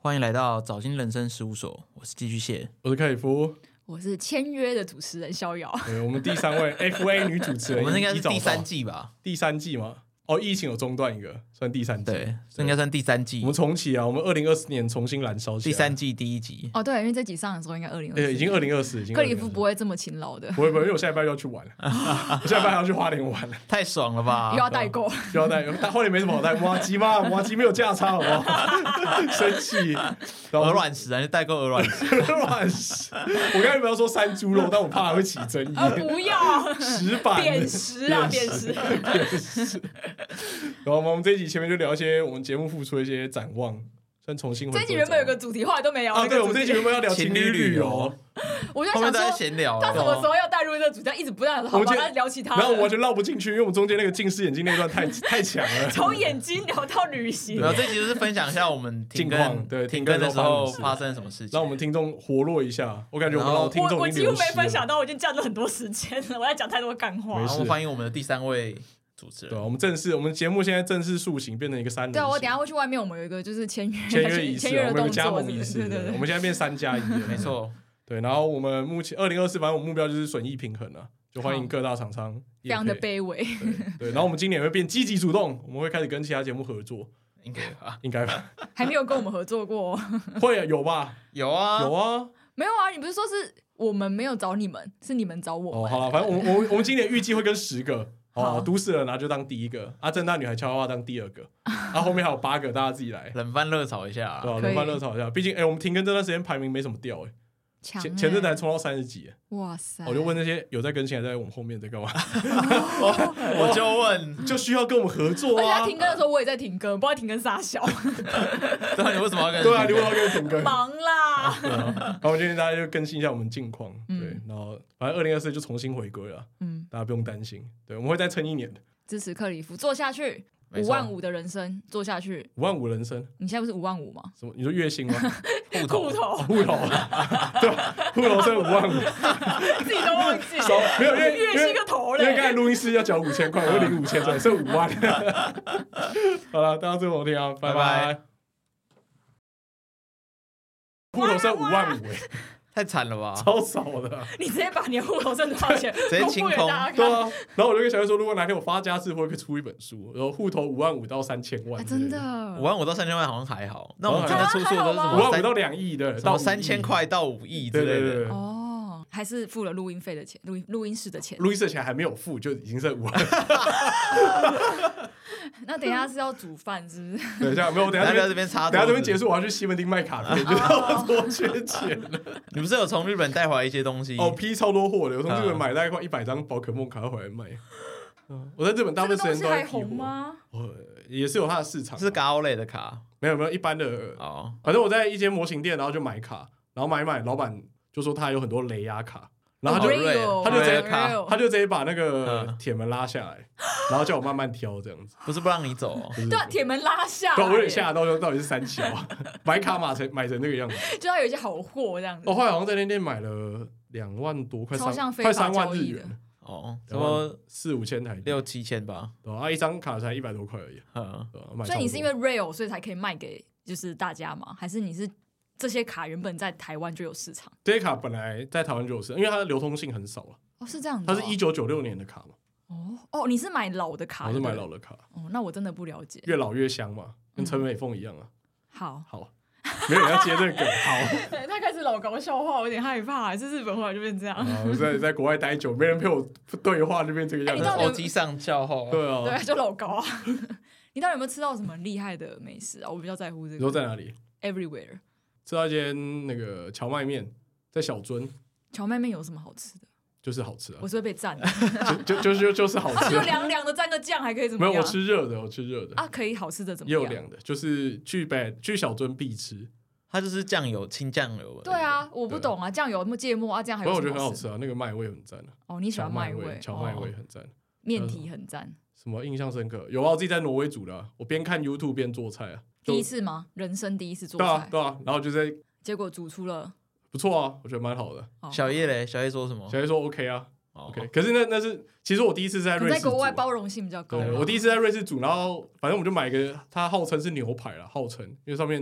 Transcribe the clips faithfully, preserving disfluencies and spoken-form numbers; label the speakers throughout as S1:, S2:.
S1: 欢迎来到早金人生事务所，我是寄居蟹，
S2: 我是克里夫，
S3: 我是签约的主持人逍遥。
S2: 对，我们第三位 F A 女主持人，
S1: 我们应该是第三季吧？
S2: 第三季吗？哦，疫情有中断一个，算第三季。
S1: 对，这应该算第三季。
S2: 我们重启啊，我们二零二四年重新燃烧起来。
S1: 第三季第一集。
S3: 哦，对，因为这集上的时候应该二零二四，
S2: 已经二零二四，已经。
S3: 克里夫不会这么勤劳的，
S2: 不会不会，因为我下礼拜又要去玩了，我下礼拜还要去花莲玩了，
S1: 太爽了吧？
S3: 又要代购，
S2: 又要代购，但花莲没什么好代，麻吉嘛，麻吉没有价差，好不好？生气。
S1: 鹅卵石啊，就代购鹅卵石。
S2: 鹅卵石，我刚才不要说山猪肉，但我怕会起争议。
S3: 啊，不要
S2: 石板
S3: 扁食啊，扁食，
S2: 扁食。然后我们这一集前面就聊一些我们节目付出的一些展望，算重新回顾。
S3: 这一集原本有个主题，后来都没聊
S2: 啊。对，我们这一集原本要聊情侣旅游，
S3: 我就想说
S1: 在闲聊，
S3: 他什么时候要带入这个主题？一直不断的好吧，他聊其他的，
S2: 然后我完全绕不进去，因为我们中间那个近视眼镜那段太太强了，
S3: 从眼睛聊到旅行。
S1: 然后这集就是分享一下我们停更，
S2: 对
S1: 停更的时候发生什么事情，
S2: 让我们听众活络一下。我感觉我们老听众
S3: 我我几乎没分享到，我已经占了很多时间了，我在讲太多干话。
S2: 没事，
S1: 欢迎我们的第三位主持人。
S2: 对，我们正式，我们节目现在正式塑形，变成一个三人。
S3: 对，我等一下会去外面，我们有一个就是签约
S2: 签约仪式，
S3: 我
S2: 们有加盟仪式。
S3: 对对对，
S2: 我们现在变三加一，
S1: 没错。
S2: 对，然后我们目前二零二四，反正我们目标就是损益平衡啊，就欢迎各大厂商。
S3: 非常的卑微。
S2: 对，然后我们今年会变积极主动，我们会开始跟其他节目合作。
S1: 应该吧？
S2: 应该吧？
S3: 还没有跟我们合作过。
S2: 会啊，有吧？
S1: 有啊，
S2: 有啊。
S3: 没有啊，你不是说是我们没有找你们，是你们找我们？
S2: 哦，好了，反正我我我们今年预计会跟十个。哦，都市人拿就当第一个，啊，正大女孩悄悄话当第二个，啊，后面还有八个，大家自己来
S1: 冷饭热炒一下，
S2: 对吧？冷饭热炒一下，毕竟哎，我们停更这段时间排名没什么掉哎，前前阵才冲到三十几，
S3: 哇塞！
S2: 我就问那些有在更新还在我们后面在干嘛，
S1: 我就问，
S2: 就需要跟我们合作啊！
S3: 而且他停更的时候我也在停更，不知道停更啥小。
S1: 对啊，你为什么要跟？
S2: 对啊，你为什么要跟停更？
S3: 忙啦。
S2: 对啊，然后我今天大家就更新一下我们近况，对，然后反正二零二四就重新回归了，嗯，大家不用担心，对，我们会再撑一年的。
S3: 支持克里夫做下去，五万五的人生做下去，
S2: 五万五人生，
S3: 你现在不是五万五吗？
S2: 什么？你说月薪吗？
S3: 户头，户头，
S2: 户头，对，户头剩五万五，
S3: 自己都忘记，
S2: 没有，因为
S3: 月薪个头嘞，
S2: 因为刚才录音师要缴五千块，我领五千，所以剩五万。好了，大家最后听啊，拜拜。户头剩五万五，哎。
S1: 太惨了吧，
S2: 超少的、啊！
S3: 你直接把你的户头剩多少钱
S1: 直接清空，
S2: 对啊。然后我就跟小月说，如果哪天我发家致富，会出一本书，然后户头五万五到三千万、
S3: 啊，真的，
S1: 五万五到三千万好像还好。那我们现在出书的都是什么？
S2: 五万五到两亿的，
S1: 到三千块到五亿之类的。
S2: 对对对对
S3: 哦，还是付了录音费的钱，录音录音室的钱，
S2: 录音室的钱还没有付，就已经剩五万。
S3: 那等一下是要煮饭是不是？
S2: 等一下没有，我等一下
S1: 在这边插，
S2: 等一下这边结束，我要去西门町卖卡片，就是我多缺钱了。
S1: 你不是有从日本带回来一些东西？
S2: 哦，批超多货的，我从日本买大概快一百张宝可梦卡回来卖。我在日本大部分时间都在批货。
S3: 吗？
S2: 哦，也是有它的市场。
S1: 是高类的卡？
S2: 没有没有，一般的哦。反正我在一间模型店，然后就买卡，然后买一买，老板就说他有很多雷亚卡。然后他就、
S3: oh,
S2: 他就直接他就直接把那个铁门拉下来，然后叫我慢慢挑这样子，
S1: 不是不让你走、哦，
S3: 对、啊，铁门拉下来，
S2: 对，我有点吓到，到底是三小买卡买成买成那个样子，
S3: 就他有一些好货这样子。
S2: 我、哦、后来好像在那店买了两万多，快三快三万日元
S1: 哦，什么
S2: 四五千台币，
S1: 六七千吧，
S2: 对啊，一张卡才一百多块而已，嗯，
S3: 所以你是因为 Real 所以才可以卖给就是大家吗？还是你是？这些卡原本在台湾就有市场，
S2: 这些卡本来在台湾就有市场，因为它的流通性很少啊。
S3: 哦，是这样子、哦。
S2: 它是一九九六年的卡嘛。
S3: 哦哦，你是买老的卡？
S2: 我是买老的卡。
S3: 哦，那我真的不了解。
S2: 越老越香嘛，跟陈美凤一样啊。
S3: 嗯、好，
S2: 好，没有人要接这个梗。好，
S3: 他开始老搞笑话，我有点害怕。是日本后来就变这样。
S2: 我在在国外待久，没人陪我对话，就变这个样子。
S1: 手机上叫号。
S2: 对啊，
S3: 对，就老高啊。你到底有没有吃到什么厉害的美食啊？我比较在乎这个。
S2: 你说在哪里
S3: ？Everywhere。
S2: 吃到一间那个荞麦面，在小樽。
S3: 荞麦面有什么好吃的？
S2: 就是好吃啊！
S3: 我是会被赞的，
S2: 就就就就是好吃、啊，
S3: 就凉凉的蘸个酱还可以怎么样？
S2: 没有，我吃热的，我吃热的
S3: 啊，可以好吃的怎么
S2: 样？
S3: 也有
S2: 凉的，就是去北去小樽必吃，
S1: 它就是酱油清酱油。
S3: 对啊，我不懂啊，酱油那么芥末啊，这样还有什么？
S2: 我觉得很好吃啊，那个麦味很赞啊。
S3: 哦，你喜欢麦味？
S2: 荞麦味很赞，
S3: 面体很赞。
S2: 什么印象深刻？有啊，我自己在挪威煮的、啊，我边看 YouTube 边做菜啊。
S3: 第一次吗？人生第一次做菜？
S2: 对啊，对啊，然后就在。
S3: 结果煮出了
S2: 不错啊，我觉得蛮好的。
S1: 小叶嘞，小叶说什么？
S2: 小叶说 OK 啊 ，OK。可是那那是，其实我第一次在瑞士，
S3: 在国外包容性比较高。
S2: 我第一次在瑞士煮，然后反正我就买一个，它号称是牛排啦，号称因为上面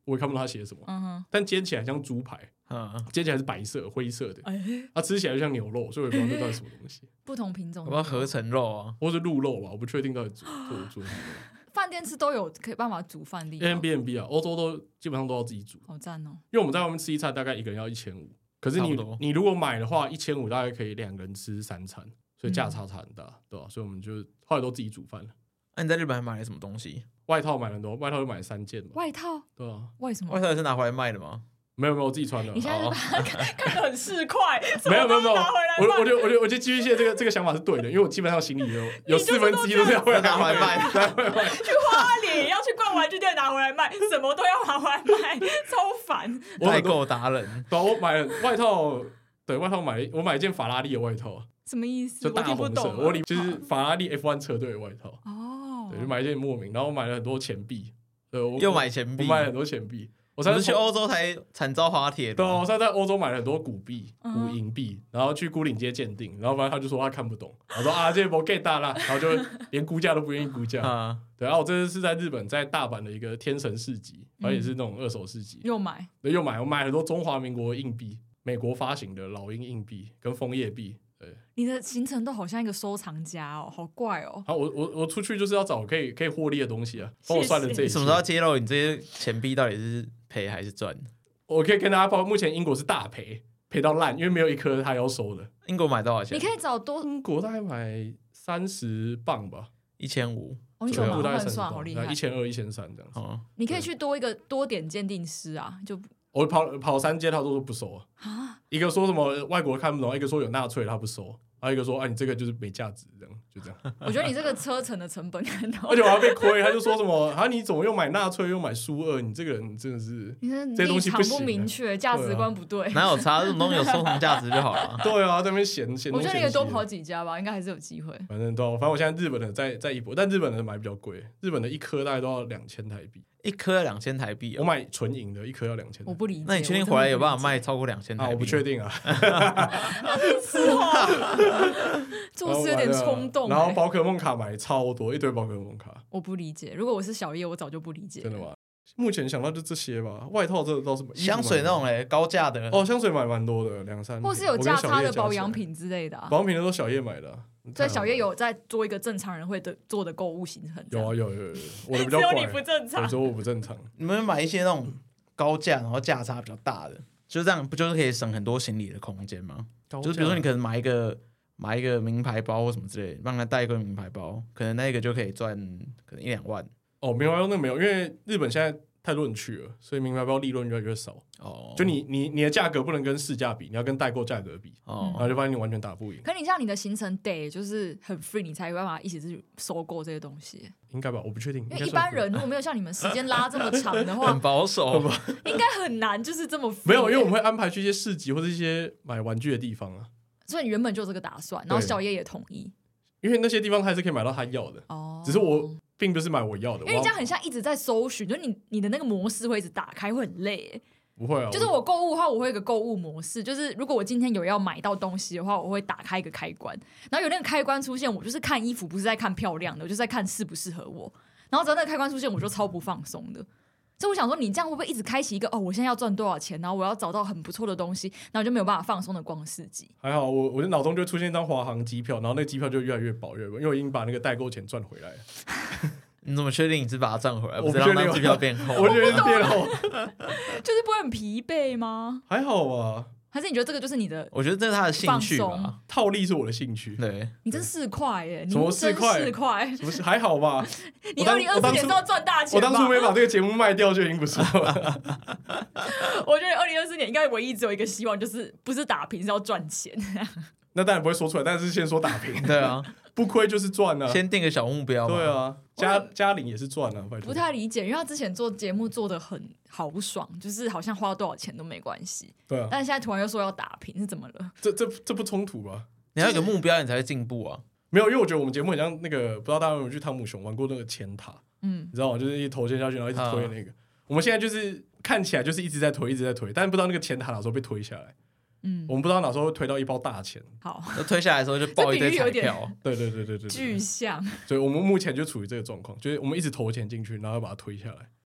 S2: 我也看不懂他写什么，
S3: 嗯
S2: 但煎起来像猪排，
S1: 嗯，
S2: 煎起来是白色灰色的，
S3: 哎，
S2: 它吃起来就像牛肉，所以我也不知道这到底是什么东西，
S3: 不同品种
S1: 我不知道合成肉啊，
S2: 或是鹿肉吧，我不确定到底做做做什么。
S3: 饭店吃都有可以办法煮饭的地方
S2: Airbnb 啊，欧洲都基本上都要自己煮，
S3: 好赞哦。
S2: 因为我们在外面吃一餐大概一个人要一千五，可是你你如果买的话，一千五大概可以两个人吃三餐，所以价差差很大，嗯、对吧、啊？所以我们就后来都自己煮饭了。
S1: 那、啊、你在日本还买了什么东西？
S2: 外套买了很多，外套就买了三件吧。
S3: 外套？
S2: 对啊。
S3: 为什么？
S1: 外套也是拿回来卖的吗？
S2: 没有没有，我自己穿的。
S3: 你现在是把它看看得很市侩，
S2: 没有没有没有，
S3: 拿回来
S2: 我我就我就我就继续谢这个这个想法是对的，因为我基本上行李有有四分之一都是要回来
S1: 拿回来卖，
S2: 拿回来卖。
S3: 去花莲要去逛玩具店拿回来卖，什么都要拿回来卖，超烦。
S1: 代购达人。
S2: 对，我买了外套，对外套买了，我买一件法拉利的外套，
S3: 什么意思？
S2: 就大红色，
S3: 我
S2: 我里就是法拉利 F 一 车队的外套。
S3: 哦，
S2: 对，就买一件莫名，然后我买了很多钱币，对，我
S1: 又买钱币，
S2: 我买了很多钱币。我
S1: 上次去欧洲才惨遭滑铁，
S2: 对，我上次在欧洲买了很多古币、
S3: 嗯、
S2: 古银币，然后去孤岭街鉴定，然后反正他就说他看不懂，我说啊，这些不 get 大啦，然后就连估价都不愿意估价。啊、对，然后我这次是在日本，在大阪的一个天神市集，反正也是那种二手市集，
S3: 嗯、又买，
S2: 对，又买，我买很多中华民国硬币，美国发行的老鹰硬币跟枫叶币。对，
S3: 你的行程都好像一个收藏家哦，好怪哦。
S2: 好，我我我出去就是要找可以可以获利的东西啊，帮我算了这一切。
S1: 什么时候要揭露你这些钱币到底是赔还是赚？
S2: 我可以跟大家报，目前英国是大赔，赔到烂，因为没有一颗他要收的。
S1: 英国买多少钱？
S3: 你可以找多，
S2: 英国大概买三十磅吧，
S1: 一千五。
S3: 哦，你
S2: 全部大概
S3: 换算好厉害，
S2: 一千二、一千三这样子。
S1: 哦，
S3: 你可以去多一个多点鉴定师啊，就
S2: 我跑跑三街，他都说不收啊。一个说什么外国看不懂，一个说有纳粹，他不收。还有一个说，哎、啊，你这个就是没价值，这样就这样。
S3: 我觉得你这个车程的成本很高，
S2: 而且我还被亏，他就说什么，啊，你怎么又买纳粹又买苏俄？你这个人真的是，这些东西不行、啊，
S3: 不明确，价值观不对。
S1: 对啊、哪有差？这种东西有收藏价值就好了。
S2: 对啊，在那边闲闲。
S3: 我觉得你可以多跑几家吧，应该还是有机会。
S2: 反正都，反正我现在日本的在在一波，但日本的买比较贵，日本的一颗大概都要两千台币。
S1: 一颗要两千台币、哦，
S2: 我买纯银的，一颗要两千。
S3: 我不理解。
S1: 那你确定回来有办法卖超过两千台币、
S2: 啊？我不确定啊。
S3: 是哦，做事有点冲动、欸。
S2: 然后宝可梦卡买超多，一堆宝可梦卡。
S3: 我不理解，如果我是小叶，我早就不理解。
S2: 真的吗？目前想到就这些吧。外套这倒是
S1: 香水那种嘞，高价的
S2: 哦，香水买蛮多的，两三。
S3: 或是有价差的保养品之类的、啊。
S2: 保养品都小叶买的、啊。
S3: 所以小叶有在做一个正常人会的做的购物行程。
S2: 有啊有有有，我的比较怪。
S3: 只有你不正常。
S2: 我说我不正常。
S1: 你们买一些那种高价，然后价差比较大的，就这样不就是可以省很多行李的空间吗？就是比如说你可能买一个买一个名牌包或什么之类的，帮他带一个名牌包，可能那个就可以赚可能一两万。
S2: 哦，名牌包那没有，因为日本现在太多人去了，所以名牌包利润越来越少。哦，就你你你的价格不能跟市价比，你要跟代购价格比，哦，然后就发现你完全打不赢。
S3: 可你像你的行程得就是很 free， 你才有办法一起去收购这些东西。
S2: 应该吧，我不确定。
S3: 因為一般人如果没有像你们时间拉这么长的话，
S1: 很保守，
S3: 应该很难就是这么 free。
S2: 没有，因为我们会安排去一些市集或者一些买玩具的地方啊。
S3: 所以你原本就有这个打算，然后小叶也同意。
S2: 因为那些地方他还是可以买到他要的，哦，只是我并不是买我要的。
S3: 因为你这样很像一直在搜寻，就你你的那个模式会一直打开，会很累。
S2: 不会啊，
S3: 就是我购物的话，我会有一个购物模式，就是如果我今天有要买到东西的话，我会打开一个开关，然后有那个开关出现，我就是看衣服，不是在看漂亮的，我就是在看适不适合我。然后只要那个开关出现，我就超不放松的。所以我想说，你这样会不会一直开启一个哦，我现在要赚多少钱，然后我要找到很不错的东西，然后就没有办法放松的逛市集？
S2: 还好，我我的脑中就出现一张华航机票，然后那个机票就越来越薄越来越薄，因为我已经把那个代购钱赚回来了。
S1: 你怎么确定你是把它赚回来，
S2: 不
S1: 是让那机票变厚？
S2: 我觉得变厚，
S3: 就是不会很疲惫吗？
S2: 还好吧。
S3: 还是你觉得这个就是你的？
S1: 我觉得这是他的兴趣吧，
S2: 套利是我的兴趣。
S1: 对，
S3: 你真市侩耶！
S2: 什么市侩？
S3: 市侩？
S2: 不是还好吧？
S3: 你二零二四年是要赚大钱吧？
S2: 我当初没把这个节目卖掉就已经不错了。
S3: 我觉得二零二四年应该唯一只有一个希望，就是不是打平，是要赚钱。
S2: 那当然不会说出来，但是先说打平。
S1: 对啊，
S2: 不亏就是赚啊。
S1: 先定个小目标。
S2: 对啊，嘉嘉玲也是赚啊。
S3: 不太理解，因为他之前做节目做的很豪爽，就是好像花多少钱都没关系。
S2: 对啊。
S3: 但是现在突然又说要打平，是怎么了？
S2: 这这这不冲突吧？
S1: 你要有个目标，你才会进步啊。
S2: 没有，因为我觉得我们节目很像那个，不知道大家有没有去汤姆熊玩过那个钱塔？嗯，你知道吗？就是一头先下去，然后一直推那个。我们现在就是看起来就是一直在推，一直在推，但是不知道那个钱塔哪时候被推下来。嗯，我们不知道哪时候会推到一包大钱。
S3: 好，
S1: 推下来的时候就爆一堆彩票。
S2: 对对对对对，
S3: 巨像。
S2: 所以我们目前就处于这个状况，就是我们一直投钱进去，然后把它推下来。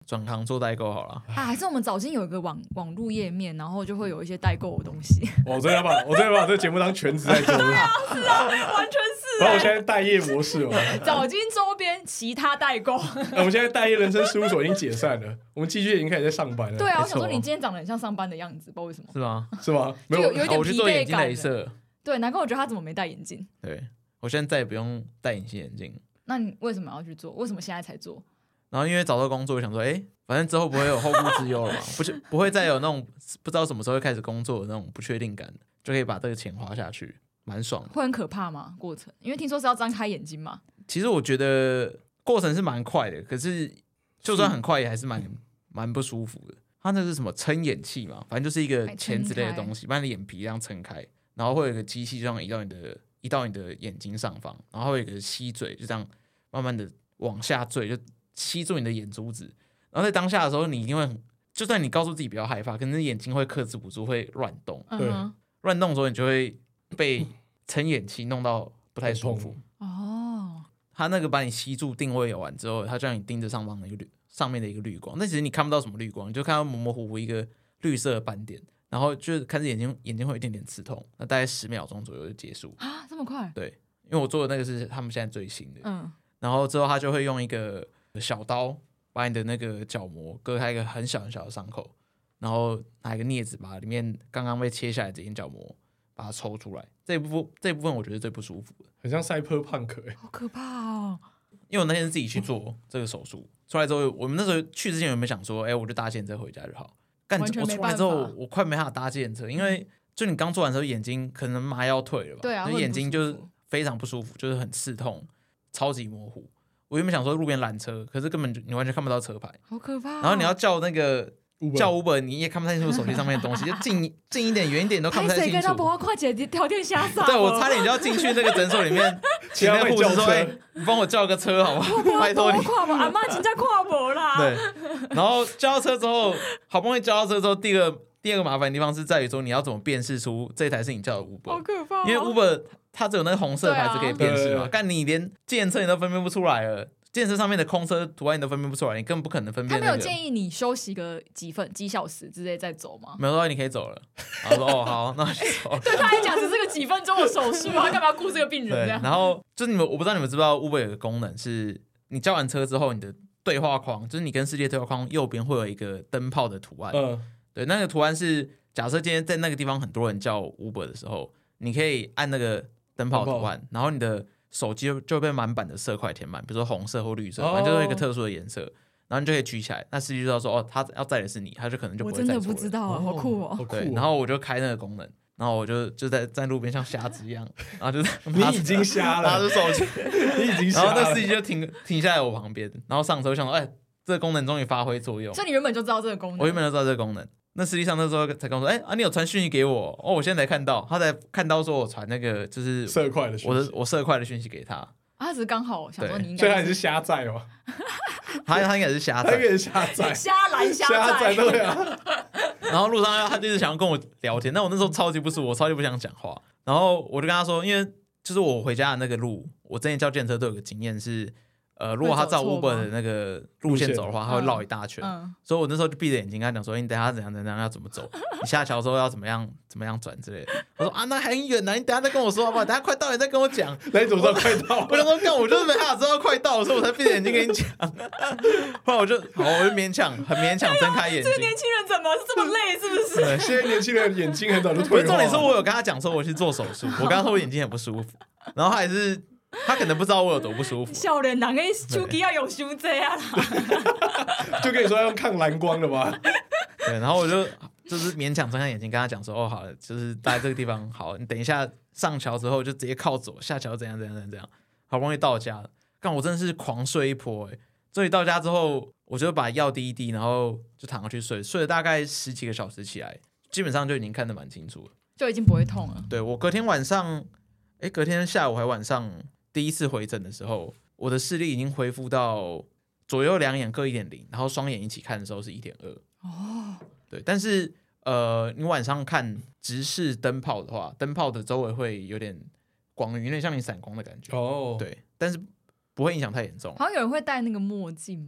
S1: 转行做代购好了
S3: 啊，还是我们早先有一个网网络页面，然后就会有一些代购的东西。
S2: 我真的要把我真的把这个节目当全职在做。
S3: 是啊，是啊，完全是、欸。
S2: 然后我现在待业模式哦，
S3: 早金周边其他代购。
S2: 我们现在待业人生事务所已经解散了，我们继续已经开始在上班了。
S3: 对啊，我想说你今天长得很像上班的样子，不知道为什么。
S1: 是吗？
S2: 是吗？
S3: 没有，有一点疲惫感。
S1: 镭射。
S3: 对，难怪我觉得他怎么没戴眼镜。
S1: 对，我现在再也不用戴隐形眼镜。
S3: 那你为什么要去做？为什么现在才做？
S1: 然后因为找到工作，我想说，哎，反正之后不会有后顾之忧了嘛，不是不会再有那种不知道什么时候会开始工作的那种不确定感，就可以把这个钱花下去，蛮爽的。
S3: 会很可怕吗？过程？因为听说是要张开眼睛嘛。
S1: 其实我觉得过程是蛮快的，可是就算很快，也还是蛮蛮不舒服的。它那是什么撑眼器嘛？反正就是一个钳之类的东西，把你眼皮这样撑开，然后会有一个机器这样移到你的移到你的眼睛上方，然后会有一个吸嘴，就这样慢慢的往下坠，就吸住你的眼珠子。然后在当下的时候，你一定会很，就算你告诉自己不要害怕，可是眼睛会克制不住，会乱动。
S2: 对，
S1: 乱动的时候，你就会被撑眼器弄到不太舒服。
S3: 哦，
S1: 它那个把你吸住定位完之后，它就让你盯着上方的一个绿上面的一个绿光，但其实你看不到什么绿光，你就看到模模糊糊一个绿色的斑点，然后就是看着眼睛眼睛会有一点点刺痛，那大概十秒钟左右就结束
S3: 啊，这么快？
S1: 对，因为我做的那个是他们现在最新的，
S3: 嗯，
S1: 然后之后他就会用一个小刀把你的那个角膜割开一个很小很小的伤口，然后拿一个镊子把里面刚刚被切下来的眼角膜把它抽出来，这一部分这一部分我觉得最不舒服的，
S2: 很像赛博朋克，
S3: 好可怕哦！
S1: 因为我那天是自己去做这个手术，出来之后，我们那时候去之前有没有想说，哎、欸，我就搭计程车回家就好？干，我出来之后，我快没办法搭计程车，因为就你刚做完之后，眼睛可能麻药退了吧？
S3: 对啊，
S1: 眼睛就是非常不舒服，就是很刺痛，超级模糊。我原本想说路边拦车，可是根本就你完全看不到车牌，
S3: 好可怕、哦。
S1: 然后你要叫那个。叫 Uber 你也看不太清楚手机上面的东西，就近近一点、远一点都看不太清楚。
S3: 谁跟他快姐条件下杀？
S1: 对，我差点就要进去那个诊所里面，请那护士说：“哎、欸，你帮我叫个车好不好？拜托你。”
S3: 跨博，阿妈请假跨博啦。
S1: 对，然后叫到车之后，好不容易叫到车之后，第二个第二个麻烦的地方是在于说，你要怎么辨识出这台是你叫的 Uber？
S3: 好可怕、哦！
S1: 因为 Uber 它只有那个红色牌子可以辨识嘛，但、啊、你连计程车你都分辨不出来了。电视上面的空车图案你都分辨不出来，你根本不可能分辨、那個。
S3: 他没有建议你休息个几分几小时之类再走吗？
S1: 没有说你可以走了。然后说哦好，那我就走。
S3: 对他来讲只是个几分钟的手术，他干嘛要顾这个病人这样？
S1: 然后就是你们，我不知道你们知不知道 Uber 有个功能是，你叫完车之后，你的对话框就是你跟世界对话框右边会有一个灯泡的图案。嗯，对，那个图案是假设今天在那个地方很多人叫 Uber 的时候，你可以按那个灯泡图案，然后你的。手机就会被满版的色块填满，比如说红色或绿色，反正就是一个特殊的颜色，然后你就可以举起来。那司机就知道说，哦，他要载的是你，他就可能就不会载错了。
S3: 我真的不知道啊，好酷哦！
S1: 对，然后我就开那个功能，然后我就就在在路边像瞎子一样，然后就
S2: 你已经瞎了，
S1: 拿着手机，
S2: 你已经瞎了。
S1: 然后那司机就停停下来我旁边，然后上车，我想说，哎，这个功能终于发挥作用。
S3: 所以你原本就知道这个功能？
S1: 我原本就知道这个功能。那实际上那时候才跟我说，哎、欸、啊，你有传讯息给我哦，我现在才看到，他才看到说我传那个就是
S2: 色块的讯息，
S1: 我的我色块的讯息给他。
S3: 啊、他只是刚好想说你应该，
S2: 所以他也是瞎载哦，
S1: 他他应该也是瞎载，
S2: 他应该是瞎载，
S3: 瞎拦瞎
S2: 载，对啊。
S1: 然后路上他就是想要跟我聊天，但我那时候超级不舒服，我超级不想讲话。然后我就跟他说，因为就是我回家的那个路，我之前叫计程车都有个经验是。呃，如果他照 Uber 的那个路线走的话，他会绕一大圈、嗯嗯，所以我那时候就闭着眼睛跟他讲说：“你等一下怎样怎样要怎么走，你下桥之后要怎么样怎么样转之类的。”我说：“啊，那还很远呢，你等一下再跟我说好不好？等一下快到你再跟我讲。”
S2: 那你怎么知道快到？
S1: 我想说，干，我就是没办法知道快到，所以我才闭着眼睛跟你讲。后来我就好，我就勉强很勉强睁开眼睛。
S3: 这个年轻人怎么这么累？是不是？
S2: 对，现在年轻人眼睛很早就退化。
S1: 重点是我有跟他讲说我去做手术，我跟他说我眼睛很不舒服，然后他还是。他可能不知道我有多不舒服。
S3: 少年人的手机要用伤这样啦，
S2: 就跟你说要用抗蓝光的吧。
S1: 对，然后我就就是勉强睁开眼睛跟他讲说，哦，好了，就是待这个地方好，你等一下上桥之后就直接靠左，下桥怎样怎样怎样怎样，好不容易到家了，干我真的是狂睡一波哎、欸，所以到家之后我就把药滴一滴，然后就躺下去睡，睡了大概十几个小时起来，基本上就已经看得蛮清楚了，
S3: 就已经不会痛了。
S1: 对，我隔天晚上，哎，隔天下午还晚上。第一次回诊的时候，我的视力已经恢复到左右两眼各一点零，然后双眼一起看的时候是一点二。哦，对，但是呃，你晚上看直视灯泡的话，灯泡的周围会有点光晕，有点像你闪光的感觉。哦，对，但是不会影响太严重。
S3: 好像有人会戴那个墨镜吗？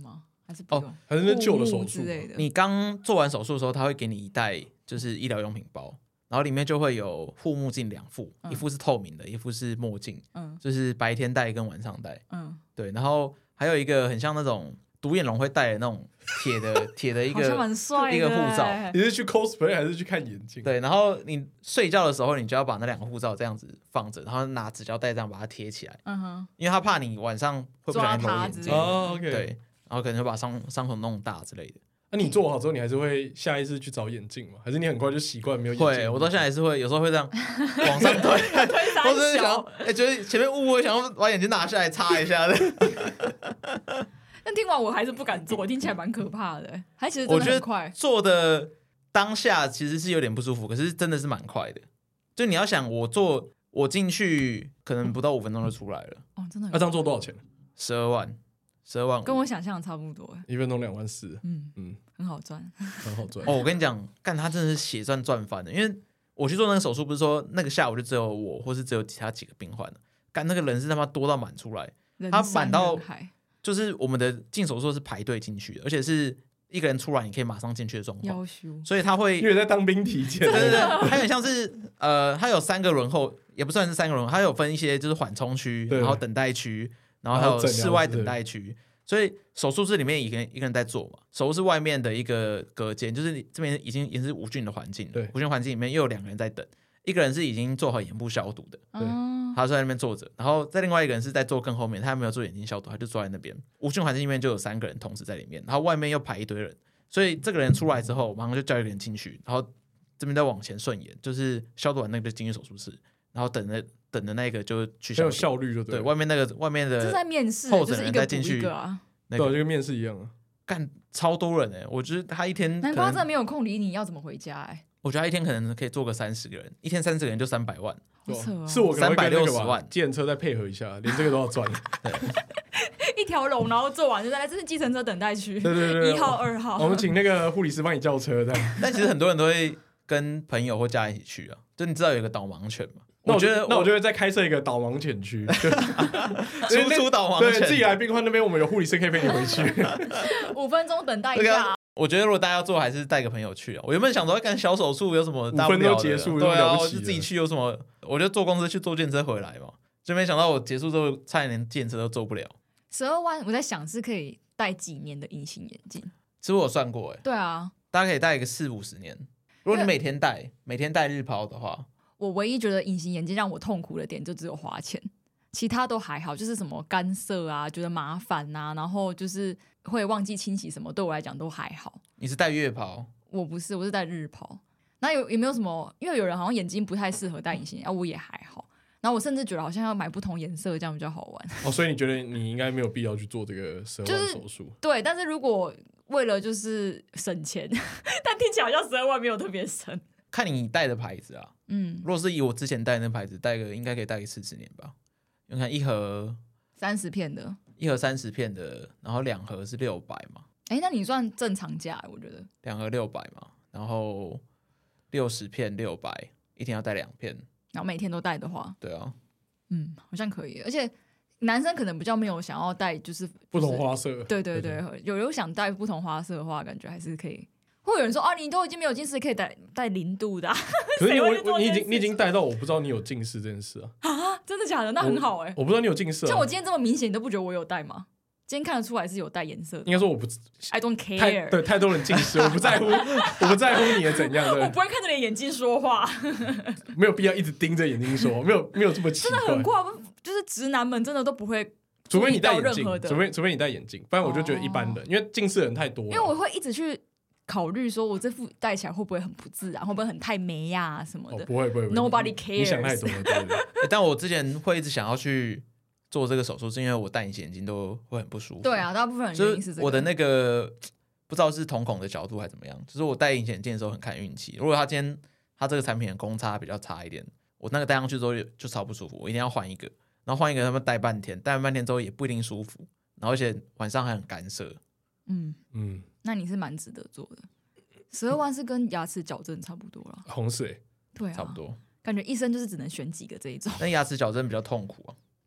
S3: 还是不用？哦、
S2: 还是那旧的手术
S3: 之类的？
S1: 你刚做完手术的时候，他会给你一袋就是医疗用品包，然后里面就会有护目镜两副，嗯、一副是透明的，一副是墨镜，嗯，就是白天戴跟晚上戴，嗯，对，然后还有一个很像那种独眼龙会戴的那种铁的铁的一个一个护照。
S2: 你是去 cosplay 还是去看眼镜？
S1: 对，然后你睡觉的时候，你就要把那两个护照这样子放着，然后拿纸胶带这样把它贴起来，嗯哼，因为他怕你晚上会不小心揉眼睛，
S2: 哦 ，OK，
S1: 对，然后可能就把伤伤口弄大之类的。
S2: 那、啊、你做好之后，你还是会下一次去找眼镜吗？还是你很快就习惯没有眼镜？
S1: 会，我到现在还是会，有时候会这样往上推，或者是想，哎、欸，觉得前面雾，我想要把眼镜拿下来擦一下的。
S3: 但听完我还是不敢做，听起来蛮可怕的。还其实真的很快，
S1: 我觉得做的当下其实是有点不舒服，可是真的是蛮快的。就你要想，我做我进去可能不到五分钟就出来了。
S3: 哦，真的。
S2: 那、啊、这样做多少钱？
S1: 十二万。十二万，
S3: 跟我想象的差不多，
S2: 一分钟两万四，嗯
S3: 嗯，很好赚，
S2: 很好赚。
S1: 哦，我跟你讲，干他真的是血赚赚翻的，因为我去做那个手术，不是说那个下午就只有我，或是只有其他几个病患，干那个人是他妈多到满出来，他满到就是我们的进手术是排队进去的，而且是一个人出来你可以马上进去的状况，所以他会
S2: 因为在当兵体检，
S1: 对对对，他有点像是呃，他有三个轮候，也不算是三个轮候，他有分一些就是缓冲区，然后等待区。然后还有室外等待区，所以手术室里面一个人一个人在做嘛，手术室外面的一个隔间，就是你这边已经也是无菌的环境，无菌环境里面又有两个人在等，一个人是已经做好眼部消毒的，对，他坐在那边坐着，然后在另外一个人是在坐更后面，他还没有做眼睛消毒，他就坐在那边，无菌环境里面就有三个人同时在里面，然后外面又排一堆人，所以这个人出来之后，马上就叫一个人进去，然后这边再往前顺延，就是消毒完那个进去手术室，然后等着。等的那个就去
S2: 很有效率就 对,
S1: 对，外面那个外面的
S3: 这在面试
S1: 候诊人再进去，
S3: 就是啊
S2: 那个、对，就跟面试一样啊，
S1: 干超多人哎、欸，我觉得他一天
S3: 难怪他真的没有空理你，要怎么回家哎、欸？
S1: 我觉得他一天可能可以做个三十个人，一天三十个人就三百万，
S3: 好扯哦、
S2: 是我
S1: 三百六十万，
S2: 计程车再配合一下，连这个都要赚。
S3: 一条龙，然后做完就在这是计程车等待区，
S2: 对对对，
S3: 一号、二号，
S2: 我们请那个护理师帮你叫车这样。
S1: 但其实很多人都会跟朋友或家人一起去啊，就你知道有一个导盲犬嘛？
S2: 那我觉得，那我就会再开设一个导盲犬区，
S1: 输出导盲犬，
S2: 对，自己来病患那边，我们有护理师可以陪你回去。
S3: 五分钟等待一下。
S1: 我觉得如果大家要做，还是带个朋友去啊。我原本想说干小手术有什么大不了的，
S2: 五分钟结束，
S1: 对啊，我就自己去有什么？我就坐公司去坐电车回来嘛。就没想到我结束之后，差点连电车都坐不了。
S3: 十二万，我在想是可以戴几年的隐形眼镜？
S1: 其实我有算过、欸，哎，
S3: 对啊，
S1: 大家可以戴一个四五十年。如果你每天戴，每天戴日抛的话。
S3: 我唯一觉得隐形眼镜让我痛苦的点就只有花钱，其他都还好，就是什么干涉啊，觉得麻烦啊，然后就是会忘记清洗什么，对我来讲都还好。
S1: 你是戴月抛？
S3: 我不是，我是戴日抛。那有有没有什么？因为有人好像眼睛不太适合戴隐形眼镜，啊，我也还好。然后我甚至觉得好像要买不同颜色，这样比较好玩。
S2: 哦，所以你觉得你应该没有必要去做这个十二万手术？就是、
S3: 对，但是如果为了就是省钱，但听起来好像十二万没有特别省。
S1: 看你戴的牌子啊，嗯，如果是以我之前戴的那牌子，戴个应该可以戴个四十年吧。你看一盒
S3: 三十片的，
S1: 一盒三十片的，然后两盒是六百嘛。
S3: 哎、欸，那你算正常价，我觉得
S1: 两盒六百嘛，然后六十片六百，一天要戴两片，
S3: 然后每天都戴的话，
S1: 对啊，
S3: 嗯，好像可以。而且男生可能比较没有想要戴，就是、就是、
S2: 不同花色，
S3: 对对对，有有想戴不同花色的话，感觉还是可以。会有人说啊，你都已经没有近视，可以戴戴零度的、啊。
S2: 可是 你, 我你已经你已经戴到我不知道你有近视这件事啊！
S3: 啊，真的假的？那很好哎、欸。
S2: 我不知道你有近视、啊。
S3: 像我今天这么明显，你都不觉得我有戴吗？今天看得出来是有戴颜色的。
S2: 应该说我不
S3: ，I don't care。
S2: 太对，太多人近视，我不在乎，我不在乎你的怎样。对，
S3: 我不会看着你的眼睛说话，
S2: 没有必要一直盯着眼睛说，没有没有这么奇怪。
S3: 真的很怪，就是直男们真的都不会。
S2: 除非你戴眼镜，除非除非你戴眼镜，不然我就觉得一般的，哦、因为近视的人太多了。
S3: 因为我会一直去。考虑说，我这副戴起来会不会很不自然，会不会很太美呀、啊、什么的、
S2: 哦？不会不会
S3: ，Nobody cares。
S2: 你想太多了，对对对。
S1: 但我之前会一直想要去做这个手术，是因为我戴隐形眼镜都会很不舒服。
S3: 对啊，大部分人原因是这个。
S1: 我的那个不知道是瞳孔的角度还是怎么样，就是我戴隐形眼镜的时候很看运气。如果他今天他这个产品的公差比较差一点，我那个戴上去之后就超不舒服，我一定要换一个。然后换一个，他们戴半天，戴完半天之后也不一定舒服，然后而且晚上还很干涉。
S3: 嗯嗯，那你是蛮值得做的。十二万是跟牙齿矫正差不多了，
S2: 红色、欸，
S3: 对啊，
S1: 差不多。
S3: 感觉医生就是只能选几个这一种。
S1: 但牙齿矫正比较痛苦啊，